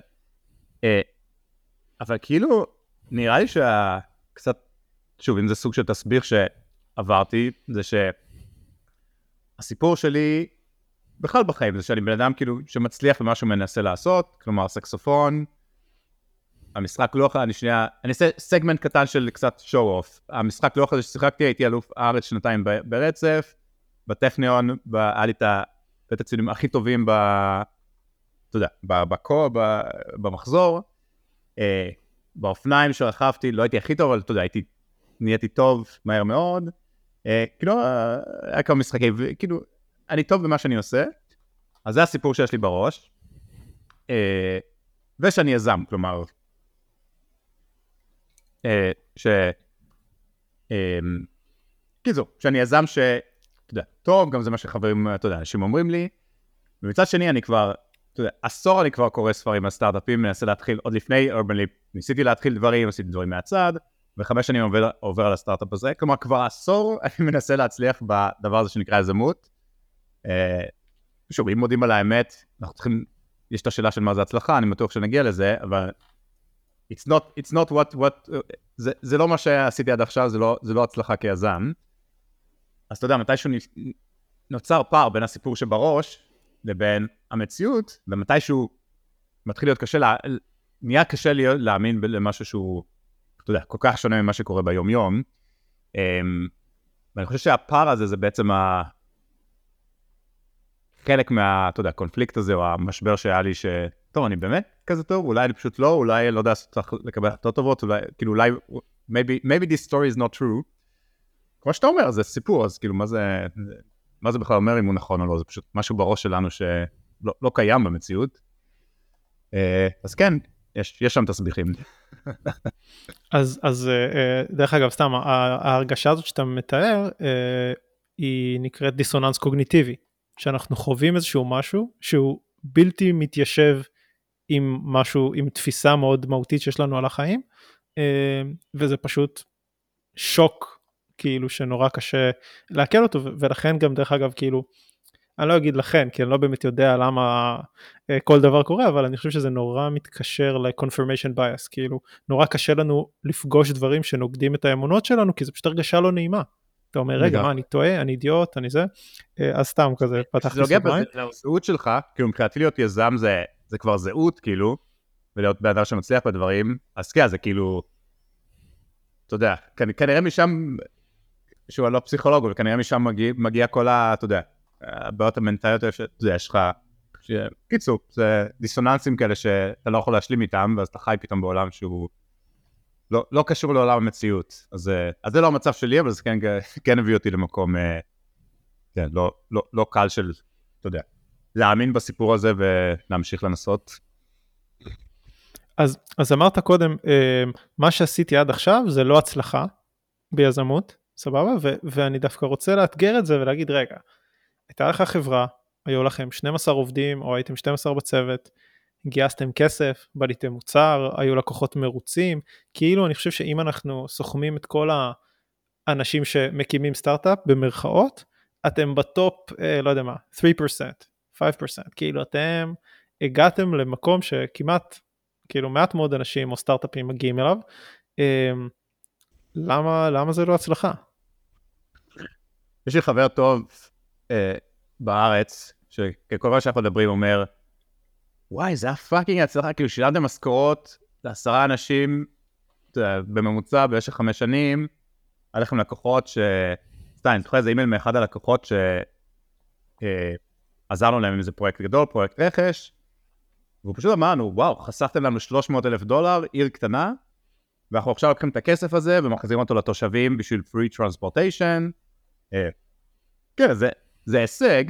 אבל כאילו, נראה לי שקצת, שוב, אם זה סוג של תסביר שעברתי, זה שהסיפור שלי, בכלל בחיים, זה שאני בן אדם כאילו שמצליח במה שהוא מנסה לעשות, כלומר סקסופון, המשחק לוח, אני שנייה, אני אעשה סגמנט קטן של קצת show-off, המשחק לוח הזה ששיחקתי, הייתי אלוף הארץ שנתיים ברצף, בטכניון, היה לי את הציונים הכי טובים ב... אתה יודע, בקו, במחזור, באופניים שרכבתי, לא הייתי הכי טוב, אבל אתה יודע, הייתי, נהייתי טוב מהר מאוד, כאילו, היה כמה משחקים, כאילו, אני טוב במה שאני עושה, אז זה הסיפור שיש לי בראש, ושאני יזם, כלומר, ש... קיצור, שאני יזם ש... אתה יודע, טוב, גם זה מה שחברים, אתה יודע, אנשים אומרים לי, ומצד שני אני כבר, אתה יודע, עשור אני כבר קורא ספרים על סטארט-אפים, מנסה להתחיל, עוד לפני Urban Leap, ניסיתי להתחיל דברים, עשיתי דברים מהצד, וחמש שנים עובר, עובר על הסטארט-אפ הזה, כלומר, כבר עשור אני מנסה להצליח בדבר הזה שנקרא יזמות, שוב, אם מודים על האמת, אנחנו צריכים, יש את השאלה של מה זה הצלחה, אני בטוח שנגיע לזה, אבל it's not, it's not what, what, זה, זה לא מה שעשיתי עד עכשיו, זה לא, זה לא הצלחה כיזם. אז אתה יודע, מתישהו נוצר פער בין הסיפור שבראש לבין המציאות, ומתישהו מתחיל להיות קשה, לה, נהיה קשה להיות, להאמין למשהו שהוא, אתה יודע, כל כך שונה ממה שקורה ביום-יום. ואני חושב שהפער הזה זה בעצם ה... חלק מה, אתה יודע, הקונפליקט הזה, או המשבר שהיה לי ש... טוב, אני באמת כזה טוב, אולי אני פשוט לא, אולי לא יודע, צריך לקבל החלטות טובות, אולי, כאילו, אולי, maybe, maybe this story is not true. כמו שאתה אומר, זה סיפור, אז כאילו, מה זה, מה זה בכלל אומר אם הוא נכון או לא, זה פשוט משהו בראש שלנו שלא לא קיים במציאות. אז כן, יש, יש שם תסביכים. אז, אז דרך אגב, סתם, ההרגשה הזאת שאתה מתאר, היא נקראת דיסוננס קוגניטיבי, שאנחנו חווים איזשהו משהו שהוא בלתי מתיישב עם משהו, עם תפיסה מאוד מהותית שיש לנו על החיים, וזה פשוט שוק, כאילו שנורא קשה לעכל אותו, ולכן גם דרך אגב, כאילו, אני לא אגיד לכן, כי אני לא באמת יודע למה כל דבר קורה, אבל אני חושב שזה נורא מתקשר ל-confirmation bias, כאילו, נורא קשה לנו לפגוש דברים שנוגדים את האמונות שלנו, כי זה פשוט הרגשה לא נעימה. אתה אומר, רגע, מה, אני טועה, אני אידיוט, אני זה, אז סתם כזה, פתחתי סוגריים. זה הזהות שלך, כאילו, מבחינתי להיות יזם זה, זה כבר זהות, כאילו, ולהיות באדם שמצליח בדברים, אז כן, זה כאילו, אתה יודע, כנראה משם, שהוא לא פסיכולוג, אבל כנראה משם מגיע, מגיע כל ה, אתה יודע, הבעיות המנטליות, יש לך, קיצור, זה דיסוננסים כאלה שאתה לא יכול להשלים איתם, ואז אתה חי פתאום בעולם שהוא לא, לא קשור לעולם המציאות. אז, אז זה לא המצב שלי, אבל זה כן, כן הביא אותי למקום, כן, לא, לא, לא קל של, אתה יודע, להאמין בסיפור הזה ולהמשיך לנסות. אז, אז אמרת קודם, מה שעשיתי עד עכשיו זה לא הצלחה ביזמות, סבבה? ו- ואני דווקא רוצה לאתגר את זה ולהגיד, רגע, הייתה לך חברה, היו לכם שנים עשר עובדים, או הייתם שנים עשר בצוות, גייסתם כסף, בליתם מוצר, היו לקוחות מרוצים, כאילו אני חושב שאם אנחנו סוכמים את כל האנשים שמקימים סטארט-אפ במרכאות, אתם בטופ, אה, לא יודע מה, שלושה אחוז, חמישה אחוז, כאילו אתם הגעתם למקום שכמעט, כאילו מעט מאוד אנשים או סטארט-אפים מגיעים אליו, אה, למה, למה זה לא הצלחה? יש לי חבר טוב אה, בארץ, שכל מה שאנחנו מדברים אומר, וואי, זה היה פאקינג הצלחה, כאילו שילמתם משכורות לעשרה אנשים בממוצע במשך חמש שנים, היה לכם לקוחות ש... סתם, אני זוכר איזה אימייל מאחד הלקוחות שעזרנו להם עם איזה פרויקט גדול, פרויקט רכש, והוא פשוט אמרנו, וואו, חסכתם לנו שלוש מאות אלף דולר, עיר קטנה, ואנחנו עכשיו לוקחים את הכסף הזה ומחזירים אותו לתושבים בשביל free transportation. כן, זה, זה הישג.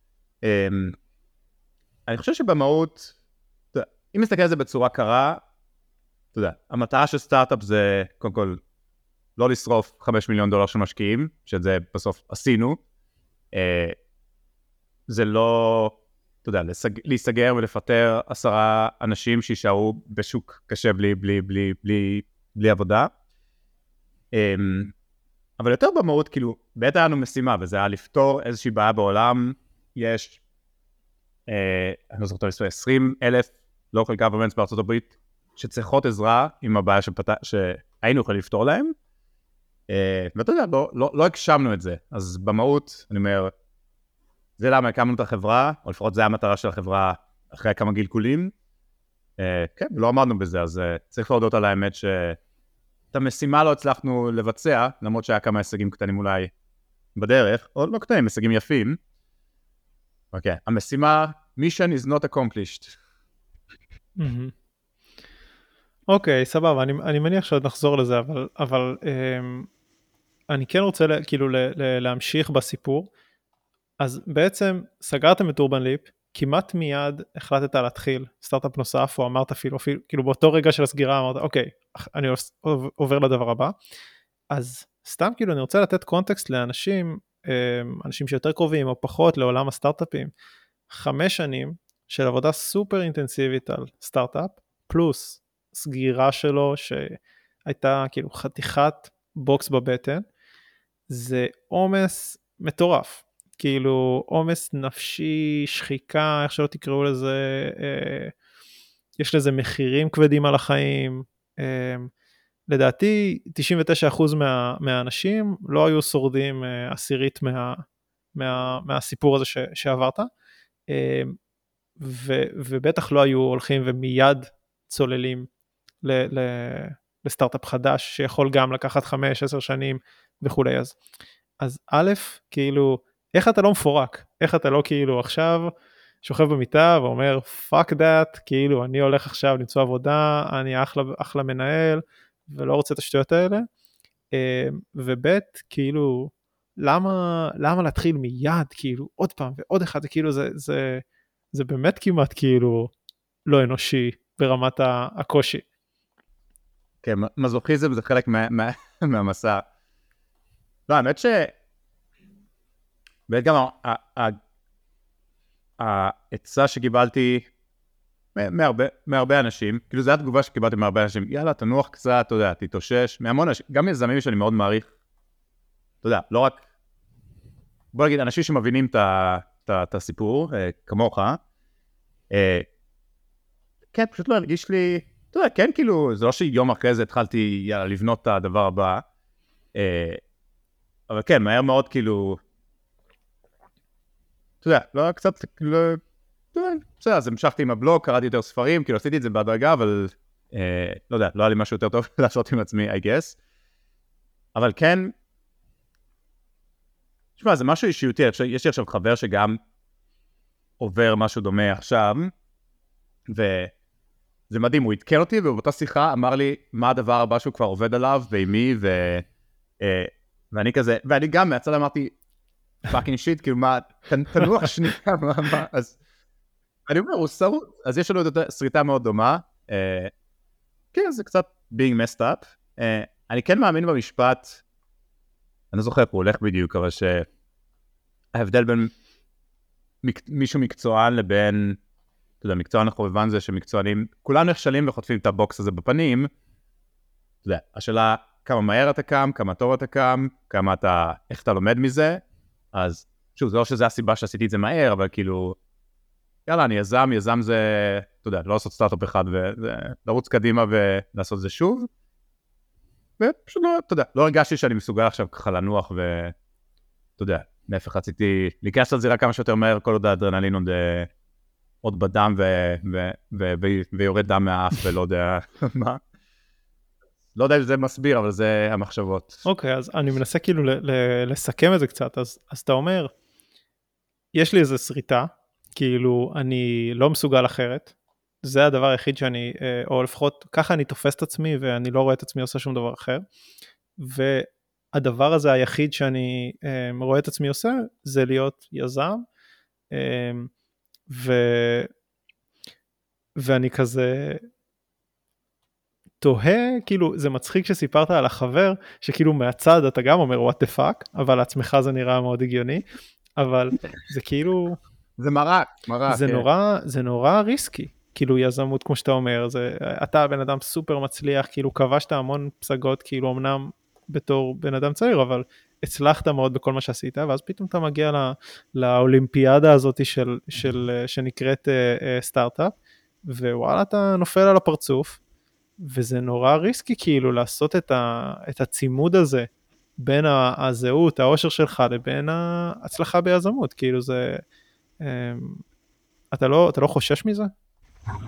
אני חושב שבמהות, אם נסתכל על זה בצורה קרה, אתה יודע, המטרה של סטארט-אפ זה, קודם כל, לא לשרוף חמישה מיליון דולר של משקיעים, שזה בסוף עשינו. זה לא, אתה יודע, להיסגר ולפטר עשרה אנשים שישארו בשוק קשה בלי, בלי, בלי, בלי, בלי עבודה. אבל יותר במהות, כאילו, בעת היה לנו משימה, וזה היה לפתור איזושהי בעיה בעולם. יש, אני לא זוכר, עשרים אלף local governments בארצות הברית, שצריכות עזרה עם הבעיה שפת... שהיינו יכולים לפתור להם. ואתה יודע, לא, לא, לא הגשמנו את זה. אז במהות, אני אומר, זה למה הקמנו את החברה, או לפחות זה המטרה של החברה אחרי כמה גלגולים. כן, לא עמדנו בזה, אז צריך להודות על האמת שאת המשימה לא הצלחנו לבצע, למרות שהיה כמה הישגים קטנים אולי בדרך, או לא קטנים, הישגים יפים. אוקיי, המשימה, mission is not accomplished. אוקיי, סבבה, אני, אני מניח שעוד נחזור לזה, אבל, אבל um, אני כן רוצה לה, כאילו לה, לה, להמשיך בסיפור. אז בעצם סגרתם את אורבן ליפ, כמעט מיד החלטת להתחיל סטארט-אפ נוסף, או אמרת אפילו, אפילו, כאילו באותו רגע של הסגירה אמרת, אוקיי, אני עובר לדבר הבא. אז סתם כאילו אני רוצה לתת קונטקסט לאנשים, אנשים שיותר קרובים או פחות לעולם הסטארט-אפים, חמש שנים של עבודה סופר אינטנסיבית על סטארט-אפ, פלוס סגירה שלו שהייתה כאילו חתיכת בוקס בבטן, זה עומס מטורף. כאילו עומס נפשי, שחיקה, איך שלא תקראו לזה, אה, יש לזה מחירים כבדים על החיים. אה, לדעתי תשעים ותשעה אחוז מה, מהאנשים לא היו שורדים אה, עשירית מה, מה, מהסיפור הזה ש, שעברת, אה, ו, ובטח לא היו הולכים ומיד צוללים ל, ל, לסטארט-אפ חדש, שיכול גם לקחת חמש, עשר שנים וכולי. אז, אז א', כאילו, איך אתה לא מפורק? איך אתה לא כאילו עכשיו שוכב במיטה ואומר, fuck that, כאילו אני הולך עכשיו למצוא עבודה, אני אחלה, אחלה מנהל, ולא רוצה את השטויות האלה. וב' כאילו, למה, למה להתחיל מיד, כאילו, עוד פעם ועוד אחד, זה כאילו, זה, זה, זה באמת כמעט כאילו לא אנושי ברמת הקושי. כן, מזוכיזם זה חלק מה, מה, מהמסע. לא, האמת ש... באמת גם העצה שקיבלתי מהרבה, מהרבה אנשים, כאילו זו התגובה שקיבלתי מהרבה אנשים, יאללה, תנוח קצת, אתה יודע, תתאושש, מהמון אנשים, גם יזמים שאני מאוד מעריך, אתה יודע, לא רק, בוא נגיד, אנשים שמבינים את הסיפור, כמוך, כן, פשוט לא הרגיש לי, אתה יודע, כן, כאילו, זה לא שיום אחרי זה התחלתי, יאללה, לבנות את הדבר הבא, אבל כן, מהר מאוד, כאילו, אתה יודע, לא קצת, כאילו, בסדר, אז המשכתי עם הבלוג, קראתי יותר ספרים, כאילו עשיתי את זה בהדרגה, אבל אה, לא יודע, לא היה לי משהו יותר טוב לעשות עם עצמי, I guess. אבל כן, תשמע, זה משהו אישיותי, יש לי עכשיו חבר שגם עובר משהו דומה עכשיו, וזה מדהים, הוא התקן אותי, ובאותה שיחה אמר לי מה הדבר הבא שהוא כבר עובד עליו, ועם מי, ו... אה, ואני כזה, ואני גם מהצד אמרתי, פאקינג שיט, כאילו מה, תנוח שנייה, מה, מה, אז... אני אומר, הוא שרוט, אז יש לנו את סריטה מאוד דומה, כן, זה קצת being messed up, אני כן מאמין במשפט, אני לא זוכר, הוא הולך בדיוק, אבל שההבדל בין מישהו מקצוען לבין, אתה יודע, מקצוען החובבן זה שמקצוענים, כולם נכשלים וחוטפים את הבוקס הזה בפנים, אתה יודע, השאלה כמה מהר אתה קם, כמה טוב אתה קם, כמה אתה, איך אתה לומד מזה, אז שוב, זה לא שזה הסיבה שעשיתי את זה מהר, אבל כאילו, יאללה, אני יזם, יזם זה, אתה יודע, לא לעשות סטארט-אפ אחד ולרוץ קדימה ולעשות את זה שוב. ופשוט לא, אתה יודע, לא הרגשתי שאני מסוגל עכשיו ככה לנוח ואתה יודע, להפך רציתי להיכנס לזירה כמה שיותר מהר, כל עוד האדרנלין עוד, עוד בדם ו, ו, ו, ו, ויורד דם מהאף ולא יודע מה. לא יודע אם זה מסביר, אבל זה המחשבות. אוקיי, אז אני מנסה כאילו ל, ל, לסכם את זה קצת, אז, אז אתה אומר, יש לי איזו שריטה, כאילו אני לא מסוגל אחרת, זה הדבר היחיד שאני, או לפחות ככה אני תופס את עצמי, ואני לא רואה את עצמי עושה שום דבר אחר, והדבר הזה היחיד שאני רואה את עצמי עושה, זה להיות יזם, ו... ואני כזה תוהה, כאילו זה מצחיק שסיפרת על החבר, שכאילו מהצד אתה גם אומר what the fuck, אבל לעצמך זה נראה מאוד הגיוני, אבל זה כאילו... זה מרק, מרק. זה נורא, זה נורא ריסקי, כאילו יזמות כמו שאתה אומר, זה, אתה בן אדם סופר מצליח, כאילו כבשת המון פסגות, כאילו אמנם בתור בן אדם צעיר, אבל הצלחת מאוד בכל מה שעשית, ואז פתאום אתה מגיע לא, לאולימפיאדה הזאת של, של, שנקראת uh, סטארט-אפ, ווואלה אתה נופל על הפרצוף, וזה נורא ריסקי כאילו לעשות את, ה, את הצימוד הזה, בין הזהות, האושר שלך, לבין ההצלחה ביזמות, כאילו זה... אתה לא, אתה לא חושש מזה? אני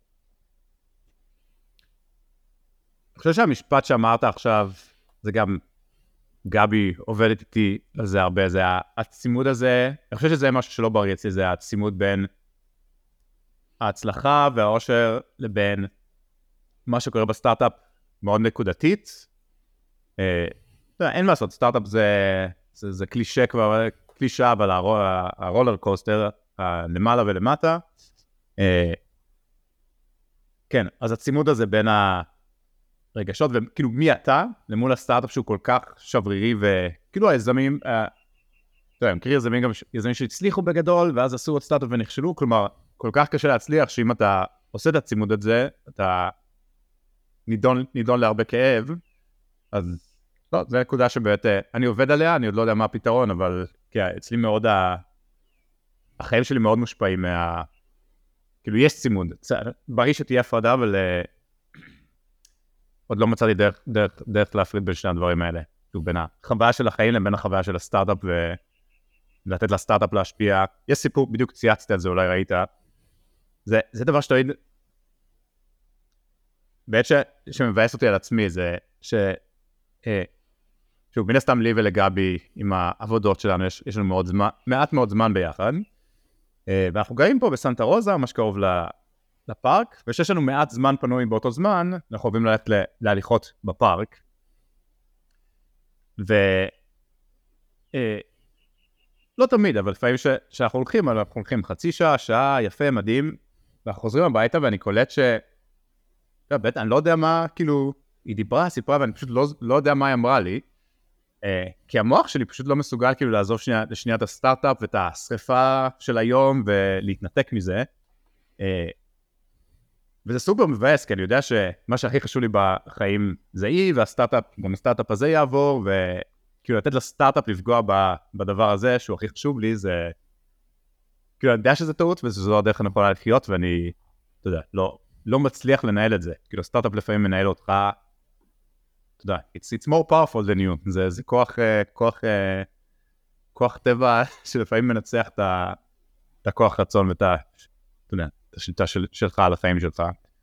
חושב שהמשפט שאמרת עכשיו, זה גם גבי עובדת איתי על זה הרבה, זה הצימוד הזה, אני חושב שזה משהו שלא בריא אצלי, זה הצימוד בין ההצלחה והאושר לבין מה שקורה בסטארט-אפ מאוד נקודתית. אה, אין מה לעשות, סטארט-אפ זה, זה, זה קלישה כבר, קלישה, אבל הרולר קוסטר, למעלה ולמטה. כן, אז הצימוד הזה בין הרגשות, וכאילו מי אתה, למול הסטארט-אפ שהוא כל כך שברירי, וכאילו היזמים, אתה יודע, אני מכיר יזמים גם יזמים שהצליחו בגדול, ואז עשו עוד סטארט-אפ ונכשלו, כלומר, כל כך קשה להצליח, שאם אתה עושה את הצימוד הזה, אתה נידון, נידון להרבה כאב, אז לא, זו נקודה שבאמת, אני עובד עליה, אני עוד לא יודע מה הפתרון, אבל כן, אצלי מאוד ה... החיים שלי מאוד מושפעים מה... כאילו, יש צימוד. בריא שתהיה הפרדה, אבל uh, עוד לא מצאתי דרך, דרך, דרך להפריד בין שני הדברים האלה. כאילו, בין החוויה של החיים לבין החוויה של הסטארט-אפ, ולתת לסטארט-אפ להשפיע. יש סיפור, בדיוק צייצתי על זה, אולי ראית. זה, זה דבר שתמיד... בעת ש... שמבאס אותי על עצמי, זה ש... אה, שוב, מן הסתם לי ולגבי, עם העבודות שלנו, יש, יש לנו מאוד זמן, מעט מאוד זמן ביחד. ואנחנו גרים פה בסנטה רוזה, ממש קרוב לפארק, ושיש לנו מעט זמן פנוי באותו זמן, אנחנו אוהבים ללכת להליכות בפארק. ו... לא תמיד, אבל לפעמים שאנחנו הולכים, אנחנו הולכים חצי שעה, שעה, יפה, מדהים, ואנחנו חוזרים הביתה, ואני קולט ש... בטח, אני לא יודע מה, כאילו, היא דיברה, סיפרה, ואני פשוט לא, לא יודע מה היא אמרה לי, אה, כי המוח שלי פשוט לא מסוגל כאילו לעזוב שנייה, לשנייה את הסטארט-אפ ואת השריפה של היום ולהתנתק מזה. אה, וזה סופר מבאס, כי אני יודע שמה שהכי חשוב לי בחיים זה היא, והסטארט-אפ, גם הסטארט-אפ הזה יעבור, וכאילו לתת לסטארט-אפ לפגוע בדבר הזה, שהוא הכי חשוב לי, זה... כאילו אני יודע שזה טעות, וזו הדרך הנכונה לחיות, ואני, אתה יודע, לא, לא מצליח לנהל את זה. כאילו הסטארט-אפ לפעמים מנהל אותך, אתה יודע, it's, it's more powerful than you. זה, זה כוח, כוח, כוח טבע שלפעמים מנצח את, ה, את הכוח רצון ואת ה, אתה יודע, את השליטה של, שלך על החיים שלך.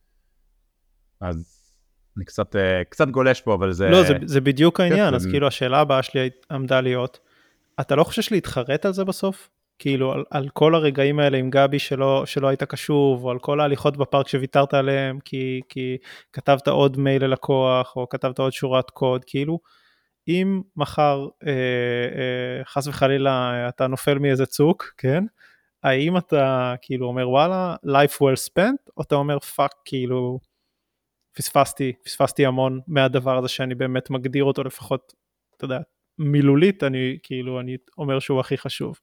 אז אני קצת, קצת גולש פה, אבל זה... לא, זה, זה בדיוק העניין, כן, אז זה... כאילו השאלה הבאה שלי עמדה להיות, אתה לא חושש להתחרט על זה בסוף? כאילו על, על כל הרגעים האלה עם גבי שלא, שלא היית קשוב, או על כל ההליכות בפארק שוויתרת עליהם, כי, כי כתבת עוד מייל ללקוח, או כתבת עוד שורת קוד, כאילו, אם מחר אה, אה, חס וחלילה אתה נופל מאיזה צוק, כן? האם אתה כאילו אומר וואלה, life well spent, או אתה אומר פאק, כאילו, פספסתי, פספסתי המון מהדבר הזה שאני באמת מגדיר אותו לפחות, אתה יודע, מילולית, אני כאילו, אני אומר שהוא הכי חשוב.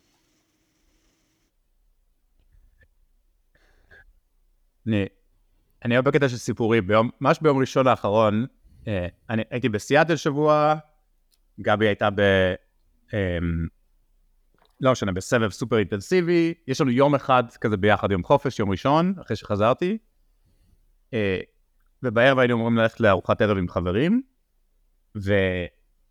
אני, אני אוהב בקטע של סיפורים, ביום, ממש ביום ראשון האחרון, אה, אני הייתי בסיאטל שבוע, גבי הייתה ב... אה, לא משנה, בסבב סופר אינטנסיבי, יש לנו יום אחד כזה ביחד, יום חופש, יום ראשון, אחרי שחזרתי, אה, ובערב היינו אמורים ללכת לארוחת ערב עם חברים, והיה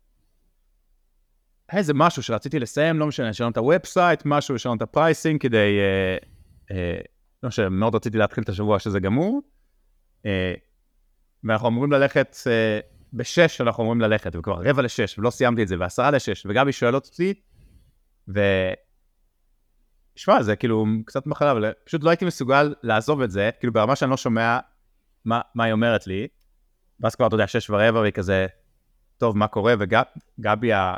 איזה משהו שרציתי לסיים, לא משנה, יש לנו את הוובסייט, משהו, יש לנו את הפרייסינג, כדי, אה, אה, לא משנה, מאוד רציתי להתחיל את השבוע שזה גמור, אה, ואנחנו אמורים ללכת, אה, בשש אנחנו אמורים ללכת, וכבר רבע לשש, ולא סיימתי את זה, ועשרה לשש, וגבי שואל אותי, ו... שמע, זה כאילו קצת מחלה, אבל פשוט לא הייתי מסוגל לעזוב את זה, כאילו ברמה שאני לא שומע מה, מה היא אומרת לי, ואז כבר, אתה יודע, שש ורבע, והיא כזה, טוב, מה קורה, וגבי, ה...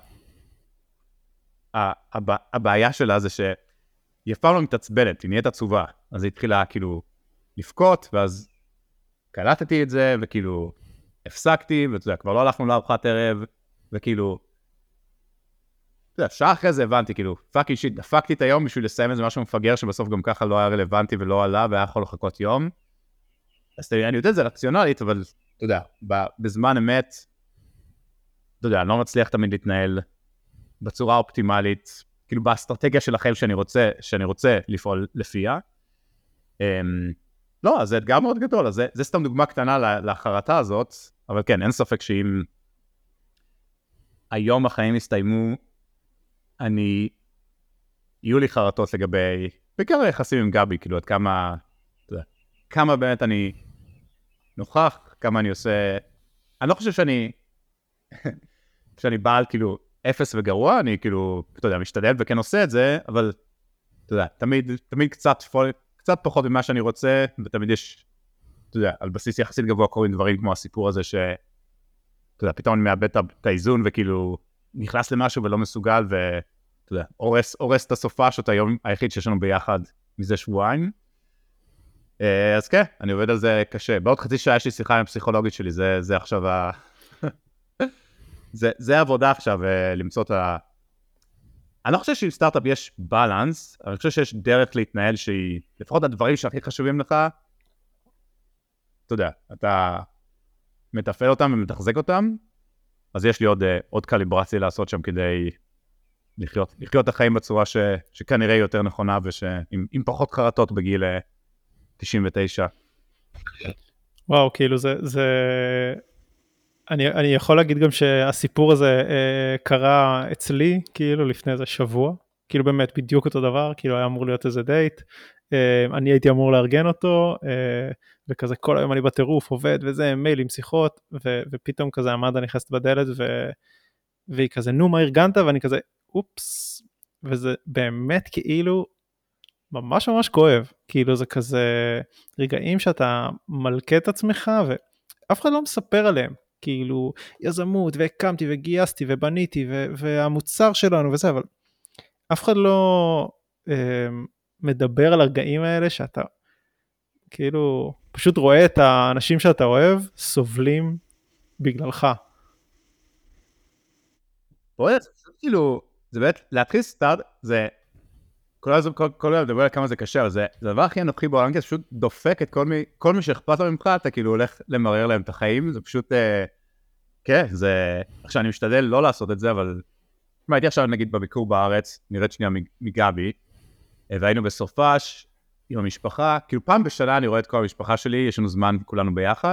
הבע... הבעיה שלה זה שהיא אף פעם לא מתעצבנת, היא נהיית עצובה, אז היא התחילה כאילו לפקוט, ואז קלטתי את זה, וכאילו הפסקתי, ואתה יודע, כבר לא הלכנו לארוחת ערב, וכאילו, אתה יודע, שעה אחרי זה הבנתי, כאילו, פאק אישית, דפקתי את היום בשביל לסיים איזה משהו מפגר, שבסוף גם ככה לא היה רלוונטי ולא עלה, והיה יכול לחכות יום. אז אני יודע, זה רציונלית, אבל, אתה יודע, בזמן אמת, אתה יודע, אני לא מצליח תמיד להתנהל בצורה אופטימלית, כאילו, באסטרטגיה של החיים שאני רוצה, שאני רוצה לפעול לפיה. לא, אז זה אתגר מאוד גדול, אז זה, זה סתם דוגמה קטנה לחרטה הזאת, אבל כן, אין ספק שאם היום החיים הסתיימו, אני, יהיו לי חרטות לגבי, בעיקר היחסים עם גבי, כאילו, עד כמה, אתה יודע, כמה באמת אני נוכח, כמה אני עושה, אני לא חושב שאני, שאני בעל, כאילו, אפס וגרוע, אני כאילו, אתה יודע, משתדל וכן עושה את זה, אבל, אתה יודע, תמיד, תמיד קצת, קצת פחות ממה שאני רוצה, ותמיד יש, אתה יודע, על בסיס יחסית גבוה קוראים דברים כמו הסיפור הזה, ש, אתה יודע, פתאום אני מאבד את האיזון, וכאילו, נכנס למשהו ולא מסוגל, ואתה יודע, הורס, הורס את הסופה, שאתה היום היחיד שיש לנו ביחד מזה שבועיים. אז כן, אני עובד על זה קשה. בעוד חצי שעה יש לי שיחה עם הפסיכולוגית שלי, זה, זה עכשיו ה... זה, זה העבודה עכשיו, למצוא את ה... אני לא חושב שעם סטארט-אפ יש בלנס, אבל אני חושב שיש דרך להתנהל שהיא, לפחות הדברים שהכי חשובים לך, אתה יודע, אתה מתפעל אותם ומתחזק אותם, אז יש לי עוד, עוד קליברציה לעשות שם כדי לחיות, לחיות את החיים בצורה ש, שכנראה היא יותר נכונה, ושעם עם פחות חרטות בגיל תשעים ותשע. וואו, כאילו זה, זה... אני, אני יכול להגיד גם שהסיפור הזה אה, קרה אצלי, כאילו לפני איזה שבוע, כאילו באמת בדיוק אותו דבר, כאילו היה אמור להיות איזה דייט, אה, אני הייתי אמור לארגן אותו, אה, וכזה כל היום אני בטירוף עובד וזה, מיילים, שיחות, ו, ופתאום כזה עמדה נכנסת בדלת, ו, והיא כזה, נו מה ארגנת? ואני כזה, אופס, וזה באמת כאילו, ממש ממש כואב, כאילו זה כזה רגעים שאתה מלכה את עצמך, ואף אחד לא מספר עליהם, כאילו יזמות, והקמתי וגייסתי ובניתי, ו- והמוצר שלנו וזה, אבל אף אחד לא אה, מדבר על הרגעים האלה, שאתה כאילו, פשוט רואה את האנשים שאתה אוהב, סובלים בגללך. בואי, כאילו, זה באמת, להתחיל סטארט, זה, כל הזמן, כל, כל הזמן מדבר על כמה זה קשה, אבל זה, זה הדבר הכי אנוכי בעולם, כי זה פשוט דופק את כל מי, כל מי שאכפת לו ממך, אתה כאילו הולך למרר להם את החיים, זה פשוט, אה, כן, זה, עכשיו אני משתדל לא לעשות את זה, אבל, מה, הייתי עכשיו נגיד בביקור בארץ, נראית שנייה מגבי, והיינו בסופש, עם המשפחה, כאילו פעם בשנה אני רואה את כל המשפחה שלי, יש לנו זמן כולנו ביחד,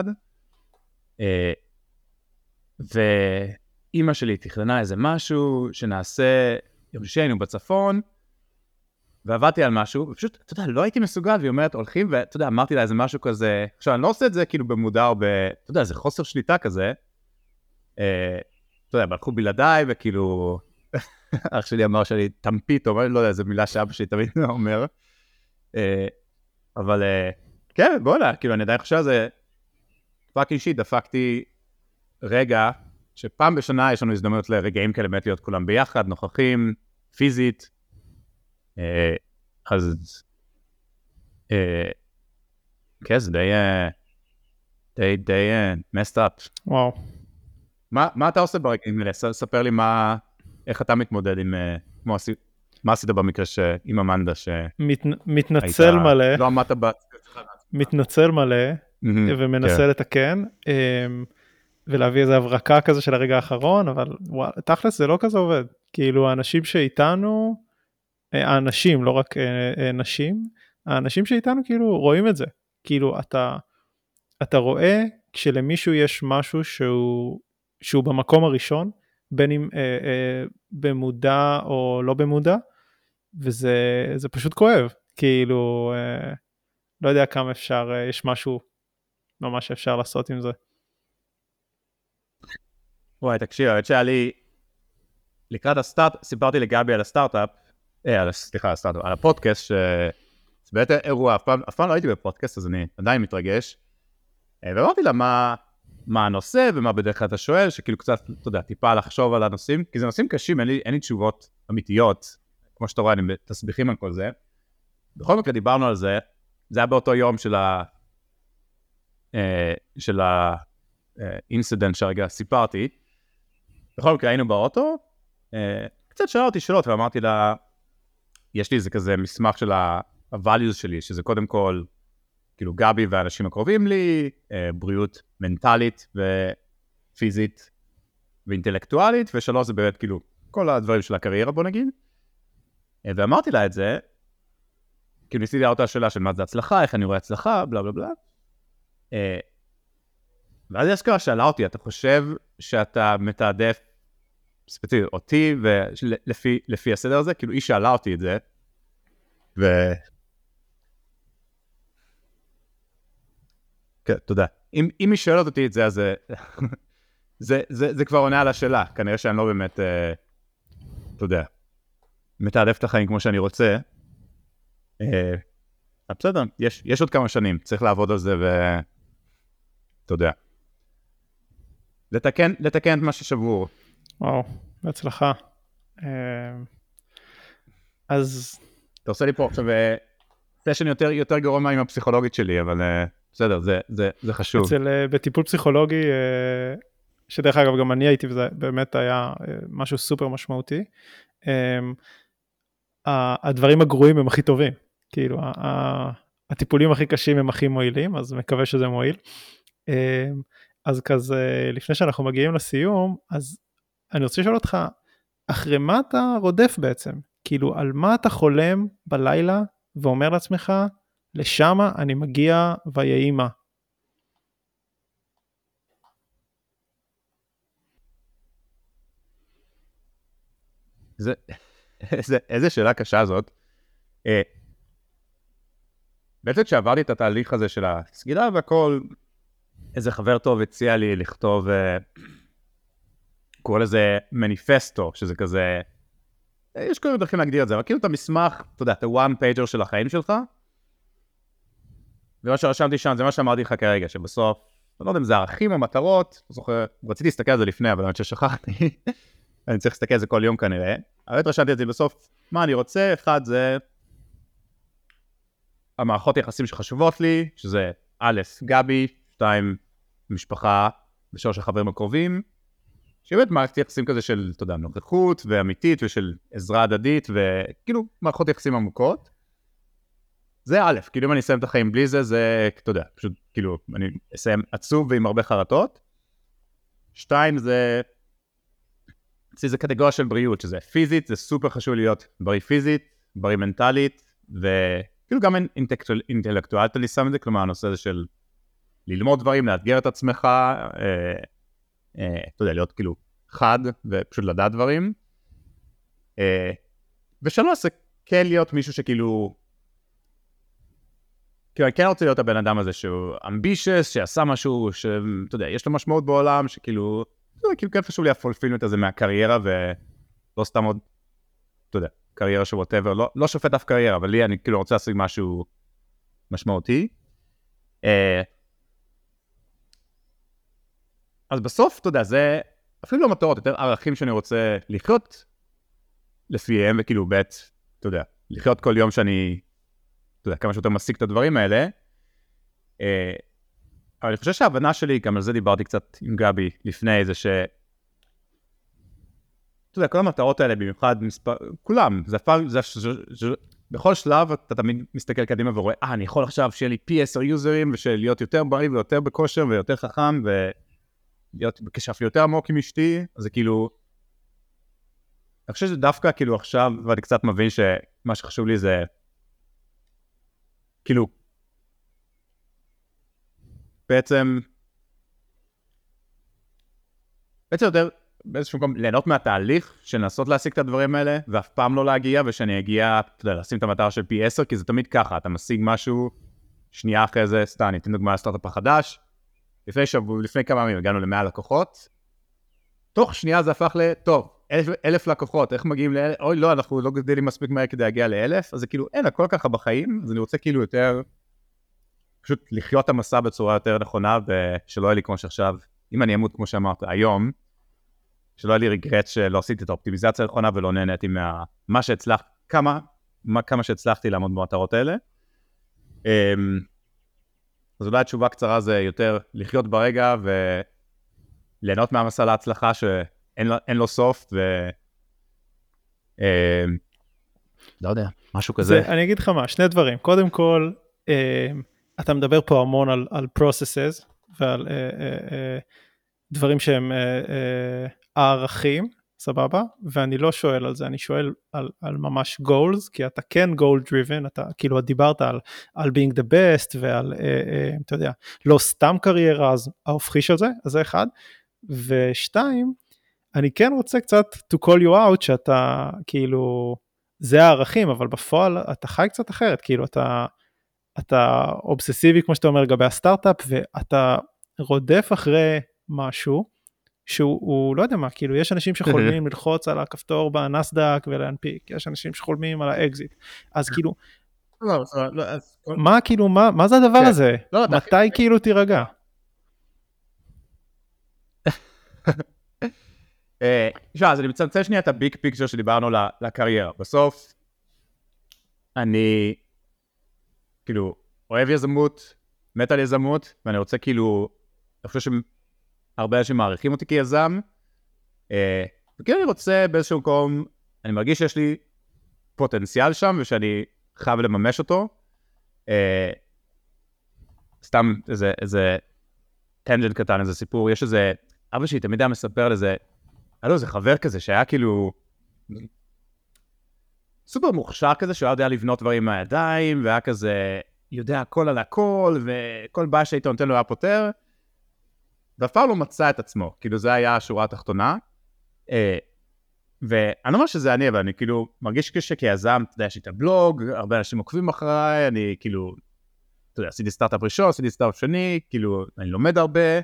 ואימא שלי תכננה איזה משהו שנעשה, יום שהיינו בצפון, ועבדתי על משהו, ופשוט, אתה יודע, לא הייתי מסוגל, והיא אומרת, הולכים, ואתה יודע, אמרתי לה איזה משהו כזה, עכשיו אני לא עושה את זה כאילו במודע או ב... אתה יודע, זה חוסר שליטה כזה, אתה יודע, הלכו בלעדיי, וכאילו, אח שלי אמר שלי, תמפית, או לא יודע, איזו מילה שאבא שלי תמיד אומר, אבל כן, בוא לה, כאילו אני עדיין חושב שזה, דפק אישית, דפקתי רגע, שפעם בשנה יש לנו הזדמנות לרגעים כאלה, באמת להיות כולם ביחד, נוכחים, פיזית, אז, כן, זה די, די, די, messed up. וואו. מה, מה אתה עושה ברגעים האלה? ספר לי מה, איך אתה מתמודד עם, כמו עשית, מה עשית במקרה עם אמנדה ש... מתנצל מלא. לא עמדת בת. מתנצל מלא, ומנסה לתקן, ולהביא איזו הברקה כזה של הרגע האחרון, אבל תכלס זה לא כזה עובד. כאילו האנשים שאיתנו, האנשים, לא רק נשים, האנשים שאיתנו כאילו רואים את זה. כאילו אתה, אתה רואה כשלמישהו יש משהו שהוא, שהוא במקום הראשון, בין אם אה, אה, במודע או לא במודע, וזה זה פשוט כואב. כאילו, אה, לא יודע כמה אפשר, אה, יש משהו ממש אפשר לעשות עם זה. וואי, תקשיב, האמת שהיה לי, לקראת הסטארט, סיפרתי לגבי על הסטארט-אפ, אה, על, סליחה, הסטארט-אפ, על הפודקאסט, שזה בעצם אירוע, אף פעם, אף פעם לא הייתי בפודקאסט, אז אני עדיין מתרגש, ואמרתי לה מה, מה הנושא ומה בדרך כלל אתה שואל, שכאילו קצת, אתה יודע, טיפה לחשוב על הנושאים, כי זה נושאים קשים, אין לי, אין לי תשובות אמיתיות, כמו שאתה רואה, אני תסביכים על כל זה. בכל מקרה דיברנו על זה, זה היה באותו יום של ה... של האינסידנט שהרגע סיפרתי. בכל מקרה היינו באוטו, קצת שאלה אותי שאלות, ואמרתי לה, יש לי איזה כזה מסמך של ה-values שלי, שזה קודם כל, כאילו גבי והאנשים הקרובים לי, בריאות מנטלית ופיזית ואינטלקטואלית, ושלוש זה באמת כאילו כל הדברים של הקריירה, בוא נגיד. ואמרתי לה את זה, כאילו ניסיתי לה אותה שאלה של מה זה הצלחה, איך אני רואה הצלחה, בלה בלה בלה. ואז אשכרה שאלה אותי, אתה חושב שאתה מתעדף ספציפית אותי ולפי לפי הסדר הזה? כאילו היא שאלה אותי את זה, ו... כן, תודה. אם, אם היא שואלת אותי את זה, אז זה, זה, זה, זה כבר עונה על השאלה. כנראה שאני לא באמת, אה, אתה יודע, מתעדף את החיים כמו שאני רוצה. אה, בסדר, יש, יש עוד כמה שנים, צריך לעבוד על זה ו... אתה יודע. לתקן, לתקן את מה ששבור. וואו, בהצלחה. אז... אתה עושה לי פה עכשיו סשן יותר, יותר גרוע מה עם הפסיכולוגית שלי, אבל בסדר, זה, זה, זה חשוב. אצל, בטיפול פסיכולוגי, שדרך אגב גם אני הייתי, וזה באמת היה משהו סופר משמעותי, הדברים הגרועים הם הכי טובים. כאילו, הטיפולים הכי קשים הם הכי מועילים, אז מקווה שזה מועיל. אז כזה, לפני שאנחנו מגיעים לסיום, אז אני רוצה לשאול אותך, אחרי מה אתה רודף בעצם? כאילו, על מה אתה חולם בלילה, ואומר לעצמך, לשמה אני מגיע ויהי מה? זה, איזה, איזה שאלה קשה זאת. אה, בעצם כשעברתי את התהליך הזה של הסגירה והכל, איזה חבר טוב הציע לי לכתוב, אה, קורא לזה מניפסטו, שזה כזה, אה, יש כל מיני דרכים להגדיר את זה, אבל כאילו את המסמך, אתה יודע, את ה-one pager של החיים שלך, ומה שרשמתי שם זה מה שאמרתי לך כרגע, שבסוף, אני לא יודע אם זה ערכים או מטרות, לא זוכר, רציתי להסתכל על זה לפני, אבל אני חושב ששכחתי, אני צריך להסתכל על זה כל יום כנראה, אבל רשמתי את זה בסוף, מה אני רוצה, אחד זה, המערכות יחסים שחשובות לי, שזה א', גבי, שתיים, משפחה, ושלוש החברים הקרובים, שבאמת מערכת יחסים כזה של, אתה יודע, נוכחות ואמיתית ושל עזרה הדדית, וכאילו מערכות יחסים עמוקות. זה א', כאילו אם אני אסיים את החיים בלי זה, זה, אתה יודע, פשוט כאילו, אני אסיים עצוב ועם הרבה חרטות. שתיים, זה, זה קטגוריה של בריאות, שזה פיזית, זה סופר חשוב להיות בריא פיזית, בריא מנטלית, וכאילו גם אינטלקטואלית אני שם את זה, כלומר הנושא הזה של ללמוד דברים, לאתגר את עצמך, אה, אה, אתה יודע, להיות כאילו חד ופשוט לדעת דברים. אה, ושלוש, זה כן להיות מישהו שכאילו, כאילו אני כן רוצה להיות הבן אדם הזה שהוא אמבישס, שעשה משהו, שאתה יודע, יש לו משמעות בעולם, שכאילו, זה כאילו כן חשוב לי הפולפילמנט הזה מהקריירה, ולא סתם עוד, אתה יודע, קריירה של whatever, לא, לא שופט אף קריירה, אבל לי אני כאילו רוצה להשיג משהו משמעותי. אה, אז בסוף, אתה יודע, זה אפילו לא מטרות, יותר ערכים שאני רוצה לחיות לפיהם, וכאילו בית, אתה יודע, לחיות כל יום שאני, אתה יודע, כמה שיותר משיג את הדברים האלה. אה, אבל אני חושב שההבנה שלי, גם על זה דיברתי קצת עם גבי לפני, זה ש... אתה יודע, כל המטרות האלה, במיוחד מספר... כולם, זה פעם, זה... זה... זה... בכל שלב אתה תמיד מסתכל קדימה ורואה, אה, אני יכול עכשיו שיהיה לי פי עשר יוזרים, ושלהיות יותר בריא ויותר בכושר ויותר חכם, ולהיות בקשר יותר עמוק עם אשתי, אז זה כאילו... אני חושב שדווקא כאילו עכשיו, ואני קצת מבין שמה שחשוב לי זה... כאילו... בעצם... בעצם יותר... באיזשהו מקום ליהנות מהתהליך של לנסות להשיג את הדברים האלה, ואף פעם לא להגיע, ושאני אגיע, אתה יודע, לשים את המטרה של פי עשר, כי זה תמיד ככה, אתה משיג משהו, שנייה אחרי זה, סתם, ניתן דוגמה לסטארט-אפ החדש, לפני שבוע, לפני כמה ימים, הגענו למאה לקוחות, תוך שנייה זה הפך ל, טוב, אלף, אלף לקוחות, איך מגיעים לאלף? אוי, לא, אנחנו לא גדלים מספיק מהר כדי להגיע לאלף, אז זה כאילו, אין, הכל ככה בחיים, אז אני רוצה כאילו יותר, פשוט לחיות את המסע בצורה יותר נכונה, ושלא יהיה לי כמו שעכשיו, אם אני אמות כמו שאמרת, היום, שלא היה לי רגרט שלא עשיתי את האופטימיזציה הנכונה ולא נהניתי מה מה שהצלחתי, כמה, מה, כמה שהצלחתי לעמוד במטרות האלה. אז אולי התשובה קצרה זה יותר לחיות ברגע וליהנות מהמסע להצלחה שאין אין לו סוף ו... לא יודע, משהו כזה. זה, אני אגיד לך מה, שני דברים. קודם כל, אתה מדבר פה המון על, על processes ועל... דברים שהם הערכים, סבבה? ואני לא שואל על זה, אני שואל על, על ממש goals, כי אתה כן goal driven, אתה כאילו דיברת על, על being the best, ועל, אתה יודע, לא סתם קריירה, אז ההופכי של זה, אז זה אחד. ושתיים, אני כן רוצה קצת to call you out, שאתה כאילו, זה הערכים, אבל בפועל אתה חי קצת אחרת, כאילו אתה, אתה אובססיבי, כמו שאתה אומר, לגבי הסטארט-אפ, ואתה רודף אחרי משהו, שהוא לא יודע מה, כאילו יש אנשים שחולמים ללחוץ על הכפתור בנסדק ולהנפיק, יש אנשים שחולמים על האקזיט, אז כאילו, מה כאילו, מה זה הדבר הזה? מתי כאילו תירגע? תשמע, אז אני מצמצם שנייה את הביג פיקצ'ר שדיברנו לקריירה, בסוף, אני, כאילו, אוהב יזמות, מת על יזמות, ואני רוצה כאילו, אני חושב ש... הרבה אנשים מעריכים אותי כיזם, וכאילו אני רוצה באיזשהו מקום, אני מרגיש שיש לי פוטנציאל שם, ושאני חייב לממש אותו. סתם איזה, איזה טנג'נט קטן, איזה סיפור, יש איזה, אבא שלי תמיד היה מספר על איזה, היה לו איזה חבר כזה, שהיה כאילו, סופר מוכשר כזה, שהוא יודע לבנות דברים מהידיים, והיה כזה, יודע הכל על הכל, וכל בעיה שהיית נותן לו היה פותר, ואף פעם לא מצא את עצמו, כאילו זה היה השורה התחתונה, ואני לא אומר שזה אני, אבל אני כאילו מרגיש שכיזם, אתה יודע, יש לי את הבלוג, הרבה אנשים עוקבים אחריי, אני כאילו, אתה יודע, עשיתי סטארט-אפ ראשון, עשיתי סטארט-אפ שני, כאילו, אני לומד הרבה,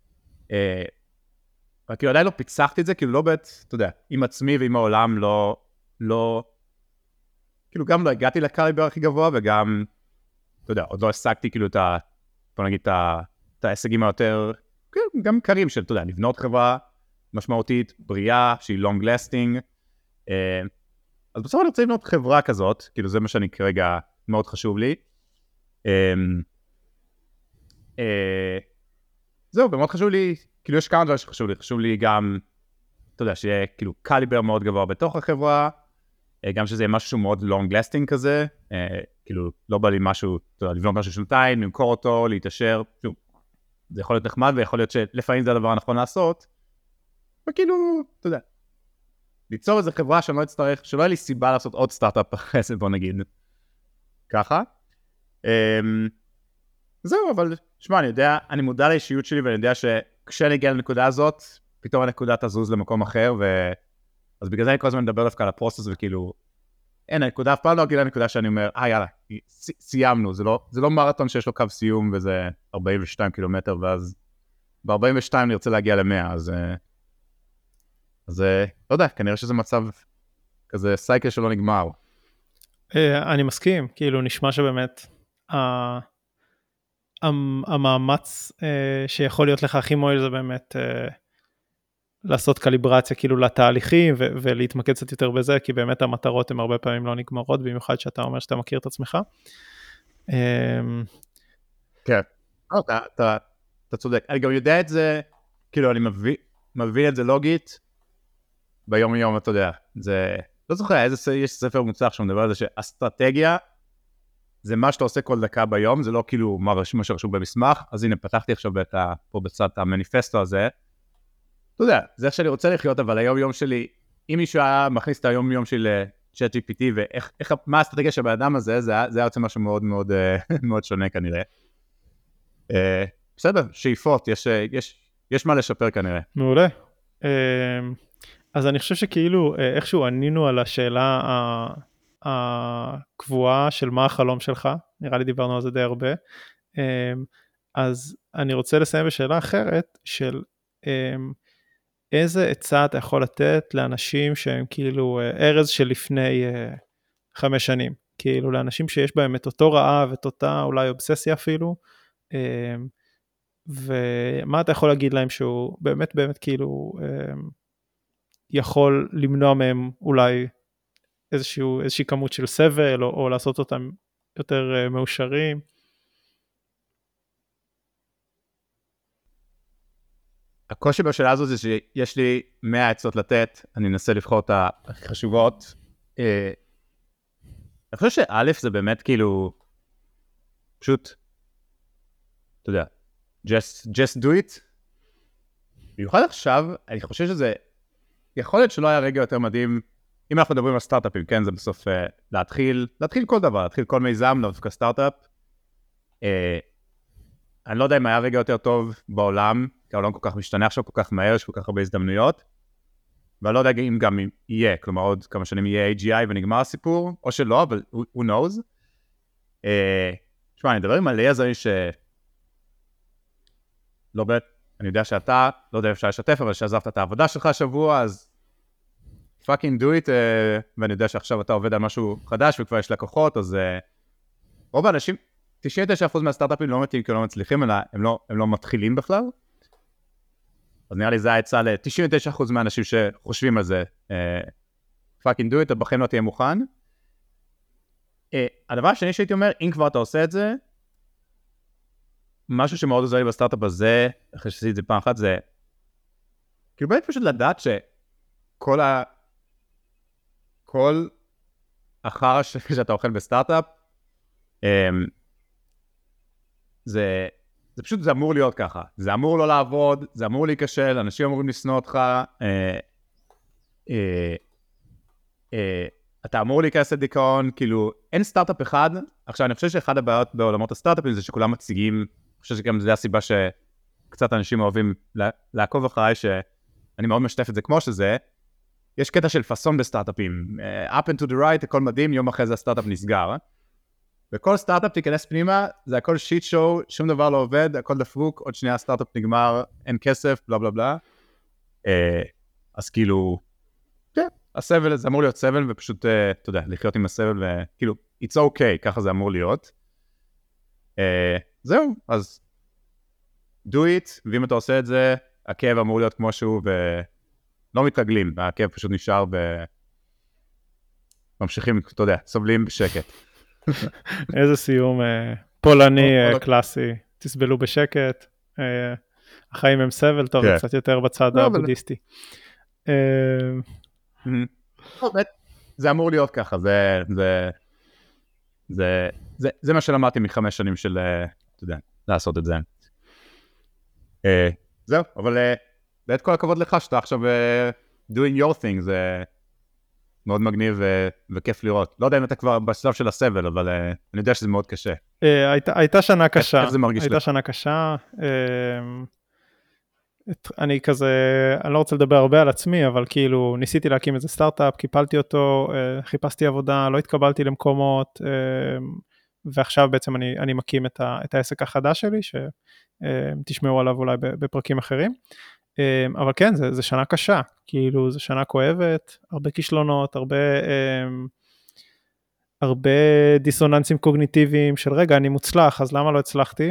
אבל כאילו עדיין לא פיצחתי את זה, כאילו לא בית, אתה יודע, עם עצמי ועם העולם לא, לא, כאילו גם לא הגעתי לקליבר הכי גבוה, וגם, אתה יודע, עוד לא השגתי כאילו את ה, בוא נגיד את ההישגים היותר, גם קרים של, אתה יודע, לבנות חברה משמעותית, בריאה, שהיא long lasting, אז בסוף אני רוצה לבנות חברה כזאת, כאילו זה מה שאני כרגע מאוד חשוב לי, זהו, ומאוד חשוב לי, כאילו יש כמה דברים שחשוב לי, חשוב לי גם, אתה יודע, שיהיה כאילו קליבר מאוד גבוה בתוך החברה, גם שזה יהיה משהו שהוא מאוד long lasting כזה, כאילו לא בא לי משהו, אתה יודע, לבנות משהו שנתיים, למכור אותו, להתעשר, שוב, זה יכול להיות נחמד, ויכול להיות שלפעמים זה הדבר הנכון לעשות, וכאילו, אתה יודע, ליצור איזו חברה שאני לא אצטרך, שלא יהיה לי סיבה לעשות עוד סטארט-אפ אחרי זה, בוא נגיד, ככה. זהו, אבל, שמע, אני יודע, אני מודע לאישיות שלי, ואני יודע שכשאני אגיע לנקודה הזאת, פתאום הנקודה תזוז למקום אחר, ו... אז בגלל זה אני כל הזמן מדבר דווקא על הפרוסס, וכאילו, אין, הנקודה אף פעם לא אגיע לנקודה שאני אומר, אה, יאללה, סיימנו, זה לא, זה לא מרתון שיש לו קו סיום, וזה ארבעים ושתיים קילומטר, ואז ב-ארבעים ושתיים נרצה להגיע ל-מאה, אז, אז, לא יודע, כנראה שזה מצב, כזה סייקל שלא נגמר. אני מסכים, כאילו, נשמע שבאמת, המאמץ שיכול להיות לך הכי מועיל זה באמת לעשות קליברציה כאילו לתהליכים ולהתמקד קצת יותר בזה, כי באמת המטרות הן הרבה פעמים לא נגמרות, במיוחד שאתה אומר שאתה מכיר את עצמך. כן, אתה צודק. אני גם יודע את זה, כאילו אני מבין את זה לוגית, ביום יום אתה יודע, זה, לא זוכר, יש ספר מוצלח שמדבר על זה שאסטרטגיה, זה מה שאתה עושה כל דקה ביום, זה לא כאילו מה שרשום במסמך, אז הנה פתחתי עכשיו פה בצד המניפסטו הזה, אתה יודע, זה איך שאני רוצה לחיות, אבל היום יום שלי, אם מישהו היה מכניס את היום יום שלי ל-צ'אט ג'י פי טי, ומה האסטרטגיה של האדם הזה, זה היה יוצא משהו מאוד מאוד מאוד שונה כנראה. בסדר, שאיפות, יש מה לשפר כנראה. מעולה. אז אני חושב שכאילו, איכשהו ענינו על השאלה הקבועה של מה החלום שלך, נראה לי דיברנו על זה די הרבה, אז אני רוצה לסיים בשאלה אחרת, של איזה עצה אתה יכול לתת לאנשים שהם כאילו ארז שלפני חמש שנים, כאילו לאנשים שיש בהם את אותו רעב, את אותה אולי אובססיה אפילו, ומה אתה יכול להגיד להם שהוא באמת באמת כאילו יכול למנוע מהם אולי איזשהו, איזושהי כמות של סבל, או, או לעשות אותם יותר מאושרים? הקושי בשאלה הזו זה שיש לי מאה עצות לתת, אני אנסה לבחור את הכי חשובות. אני חושב שא' זה באמת כאילו, פשוט, אתה יודע, just, just do it. במיוחד עכשיו, אני חושב שזה, יכול להיות שלא היה רגע יותר מדהים, אם אנחנו מדברים על סטארט-אפים, כן, זה בסוף להתחיל, להתחיל כל דבר, להתחיל כל מיזם, לא דווקא סטארט-אפ. אני לא יודע אם היה רגע יותר טוב בעולם, כי העולם כל כך משתנה עכשיו, כל כך מהר, יש כל כך הרבה הזדמנויות, ואני לא יודע אם גם יהיה, כלומר עוד כמה שנים יהיה איי ג'י איי ונגמר הסיפור, או שלא, אבל who knows. תשמע, אני מדבר עם מלא יזמים ש... לא באמת, אני יודע שאתה, לא יודע אפשר לשתף, אבל שעזבת את העבודה שלך השבוע, אז fucking do it, ואני יודע שעכשיו אתה עובד על משהו חדש, וכבר יש לקוחות, אז רוב האנשים, תשעים ותשעה אחוז מהסטארט-אפים לא מתאים כי לא מצליחים, אלא הם לא, הם לא מתחילים בכלל. אז נראה לי זה העצה ל-תשעים ותשעה אחוז מהאנשים שחושבים על זה, fucking do it, בחיים לא תהיה מוכן. הדבר השני שהייתי אומר, אם כבר אתה עושה את זה, משהו שמאוד עוזר לי בסטארט-אפ הזה, אחרי שעשיתי את זה פעם אחת, זה כאילו באמת פשוט לדעת שכל ה... כל אחר שאתה אוכל בסטארט-אפ, זה, זה פשוט, זה אמור להיות ככה. זה אמור לא לעבוד, זה אמור להיכשל, אנשים אמורים לשנוא אותך, אה, אה, אה, אתה אמור להיכנס לדיכאון, כאילו, אין סטארט-אפ אחד. עכשיו, אני חושב שאחד הבעיות בעולמות הסטארט-אפים זה שכולם מציגים, אני חושב שגם זה הסיבה שקצת אנשים אוהבים לעקוב אחריי, שאני מאוד משתף את זה כמו שזה, יש קטע של פסון בסטארט-אפים, up and to the right, הכל מדהים, יום אחרי זה הסטארט-אפ נסגר, וכל סטארט-אפ תיכנס פנימה, זה הכל שיט שואו, שום דבר לא עובד, הכל דפוק, עוד שנייה הסטארט-אפ נגמר, אין כסף, בלה בלה בלה. אז כאילו, כן, הסבל, זה אמור להיות סבל, ופשוט, אתה יודע, לחיות עם הסבל, וכאילו, it's okay, ככה זה אמור להיות. זהו, אז do it, ואם אתה עושה את זה, הכאב אמור להיות כמו שהוא, ולא מתרגלים, הכאב פשוט נשאר, וממשיכים, אתה יודע, סובלים בשקט. איזה סיום פולני קלאסי, תסבלו בשקט, החיים הם סבל, טוב, קצת יותר בצד הבודהיסטי. זה אמור להיות ככה, זה מה שלמדתי מחמש שנים של, אתה יודע, לעשות את זה. זהו, אבל בעת כל הכבוד לך שאתה עכשיו doing your thing, זה מאוד מגניב וכיף לראות. לא יודע אם אתה כבר בשלב של הסבל, אבל אני יודע שזה מאוד קשה. הייתה שנה קשה. איך זה מרגיש לך? הייתה שנה קשה. אני כזה, אני לא רוצה לדבר הרבה על עצמי, אבל כאילו ניסיתי להקים איזה סטארט-אפ, קיפלתי אותו, חיפשתי עבודה, לא התקבלתי למקומות, ועכשיו בעצם אני, אני מקים את, ה, את העסק החדש שלי, שתשמעו עליו אולי בפרקים אחרים. אבל כן, זה, זה שנה קשה, כאילו זה שנה כואבת, הרבה כישלונות, הרבה, הרבה דיסוננסים קוגניטיביים של רגע, אני מוצלח, אז למה לא הצלחתי?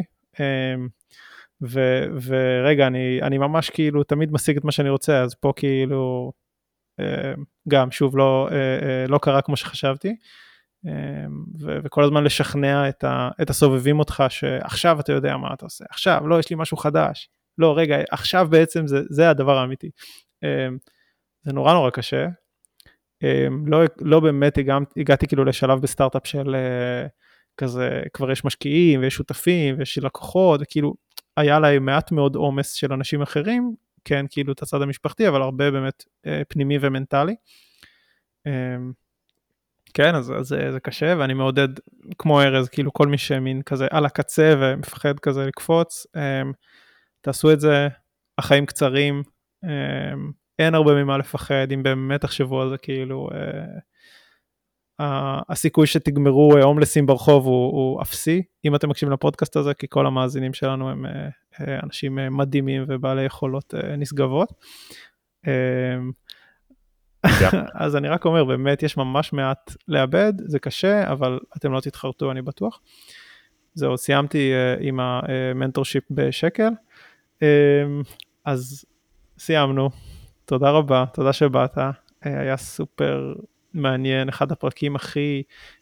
ו, ורגע, אני, אני ממש כאילו תמיד משיג את מה שאני רוצה, אז פה כאילו, גם שוב לא, לא קרה כמו שחשבתי, ו, וכל הזמן לשכנע את, ה, את הסובבים אותך, שעכשיו אתה יודע מה אתה עושה, עכשיו, לא, יש לי משהו חדש, לא, רגע, עכשיו בעצם זה, זה הדבר האמיתי. זה נורא נורא קשה. לא, לא באמת הגעתי, הגעתי כאילו לשלב בסטארט-אפ של כזה, כבר יש משקיעים ויש שותפים ויש לקוחות, וכאילו היה להם מעט מאוד עומס של אנשים אחרים, כן, כאילו את הצד המשפחתי, אבל הרבה באמת פנימי ומנטלי. כן, אז, אז זה, זה קשה, ואני מעודד, כמו ארז, כאילו כל מי שמין כזה על הקצה ומפחד כזה לקפוץ, תעשו את זה, החיים קצרים, אין הרבה ממה לפחד, אם באמת תחשבו על זה, כאילו, הסיכוי שתגמרו הומלסים ברחוב הוא, הוא אפסי, אם אתם מקשיבים לפודקאסט הזה, כי כל המאזינים שלנו הם אנשים מדהימים ובעלי יכולות נשגבות. אז אני רק אומר, באמת יש ממש מעט לאבד, זה קשה, אבל אתם לא תתחרטו, אני בטוח. זהו, סיימתי עם המנטורשיפ בשקל, אז סיימנו, תודה רבה, תודה שבאת, היה סופר מעניין, אחד הפרקים הכי,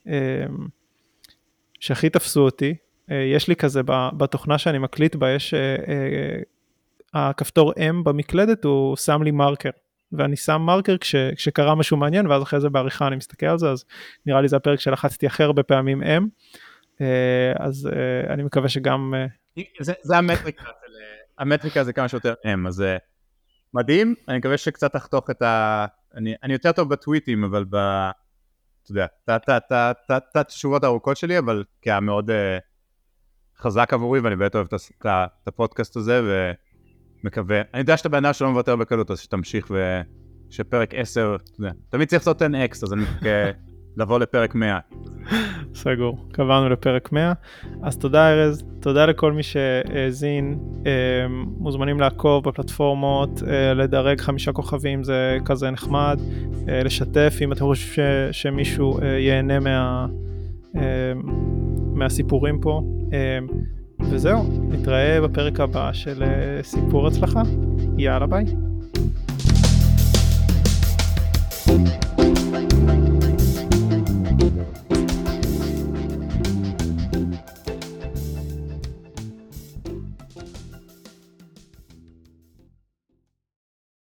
שהכי תפסו אותי, יש לי כזה בתוכנה שאני מקליט בה, יש הכפתור M במקלדת, הוא שם לי מרקר, ואני שם מרקר כש, כשקרה משהו מעניין, ואז אחרי זה בעריכה אני מסתכל על זה, אז נראה לי זה הפרק שלחצתי הכי הרבה פעמים M, אז אני מקווה שגם... זה, זה המטריקה, המטריקה זה כמה שיותר M, אז מדהים, אני מקווה שקצת תחתוך את ה... אני, אני יותר טוב בטוויטים, אבל ב... אתה יודע, את התשובות הארוכות שלי, אבל כי מאוד חזק עבורי, ואני באמת אוהב את הפודקאסט הזה, ומקווה, אני יודע שאתה בעיניו שלא מוותר בקלות, אז שתמשיך ושפרק עשר, אתה יודע, תמיד צריך לעשות עשר אקס, אז אני מחכה לבוא לפרק מאה. סגור, קבענו לפרק מאה, אז תודה ארז, תודה לכל מי שהאזין, מוזמנים לעקוב בפלטפורמות, לדרג חמישה כוכבים, זה כזה נחמד, לשתף אם אתם חושבים שמישהו ייהנה מה, מהסיפורים פה, וזהו, נתראה בפרק הבא של סיפור הצלחה, יאללה ביי.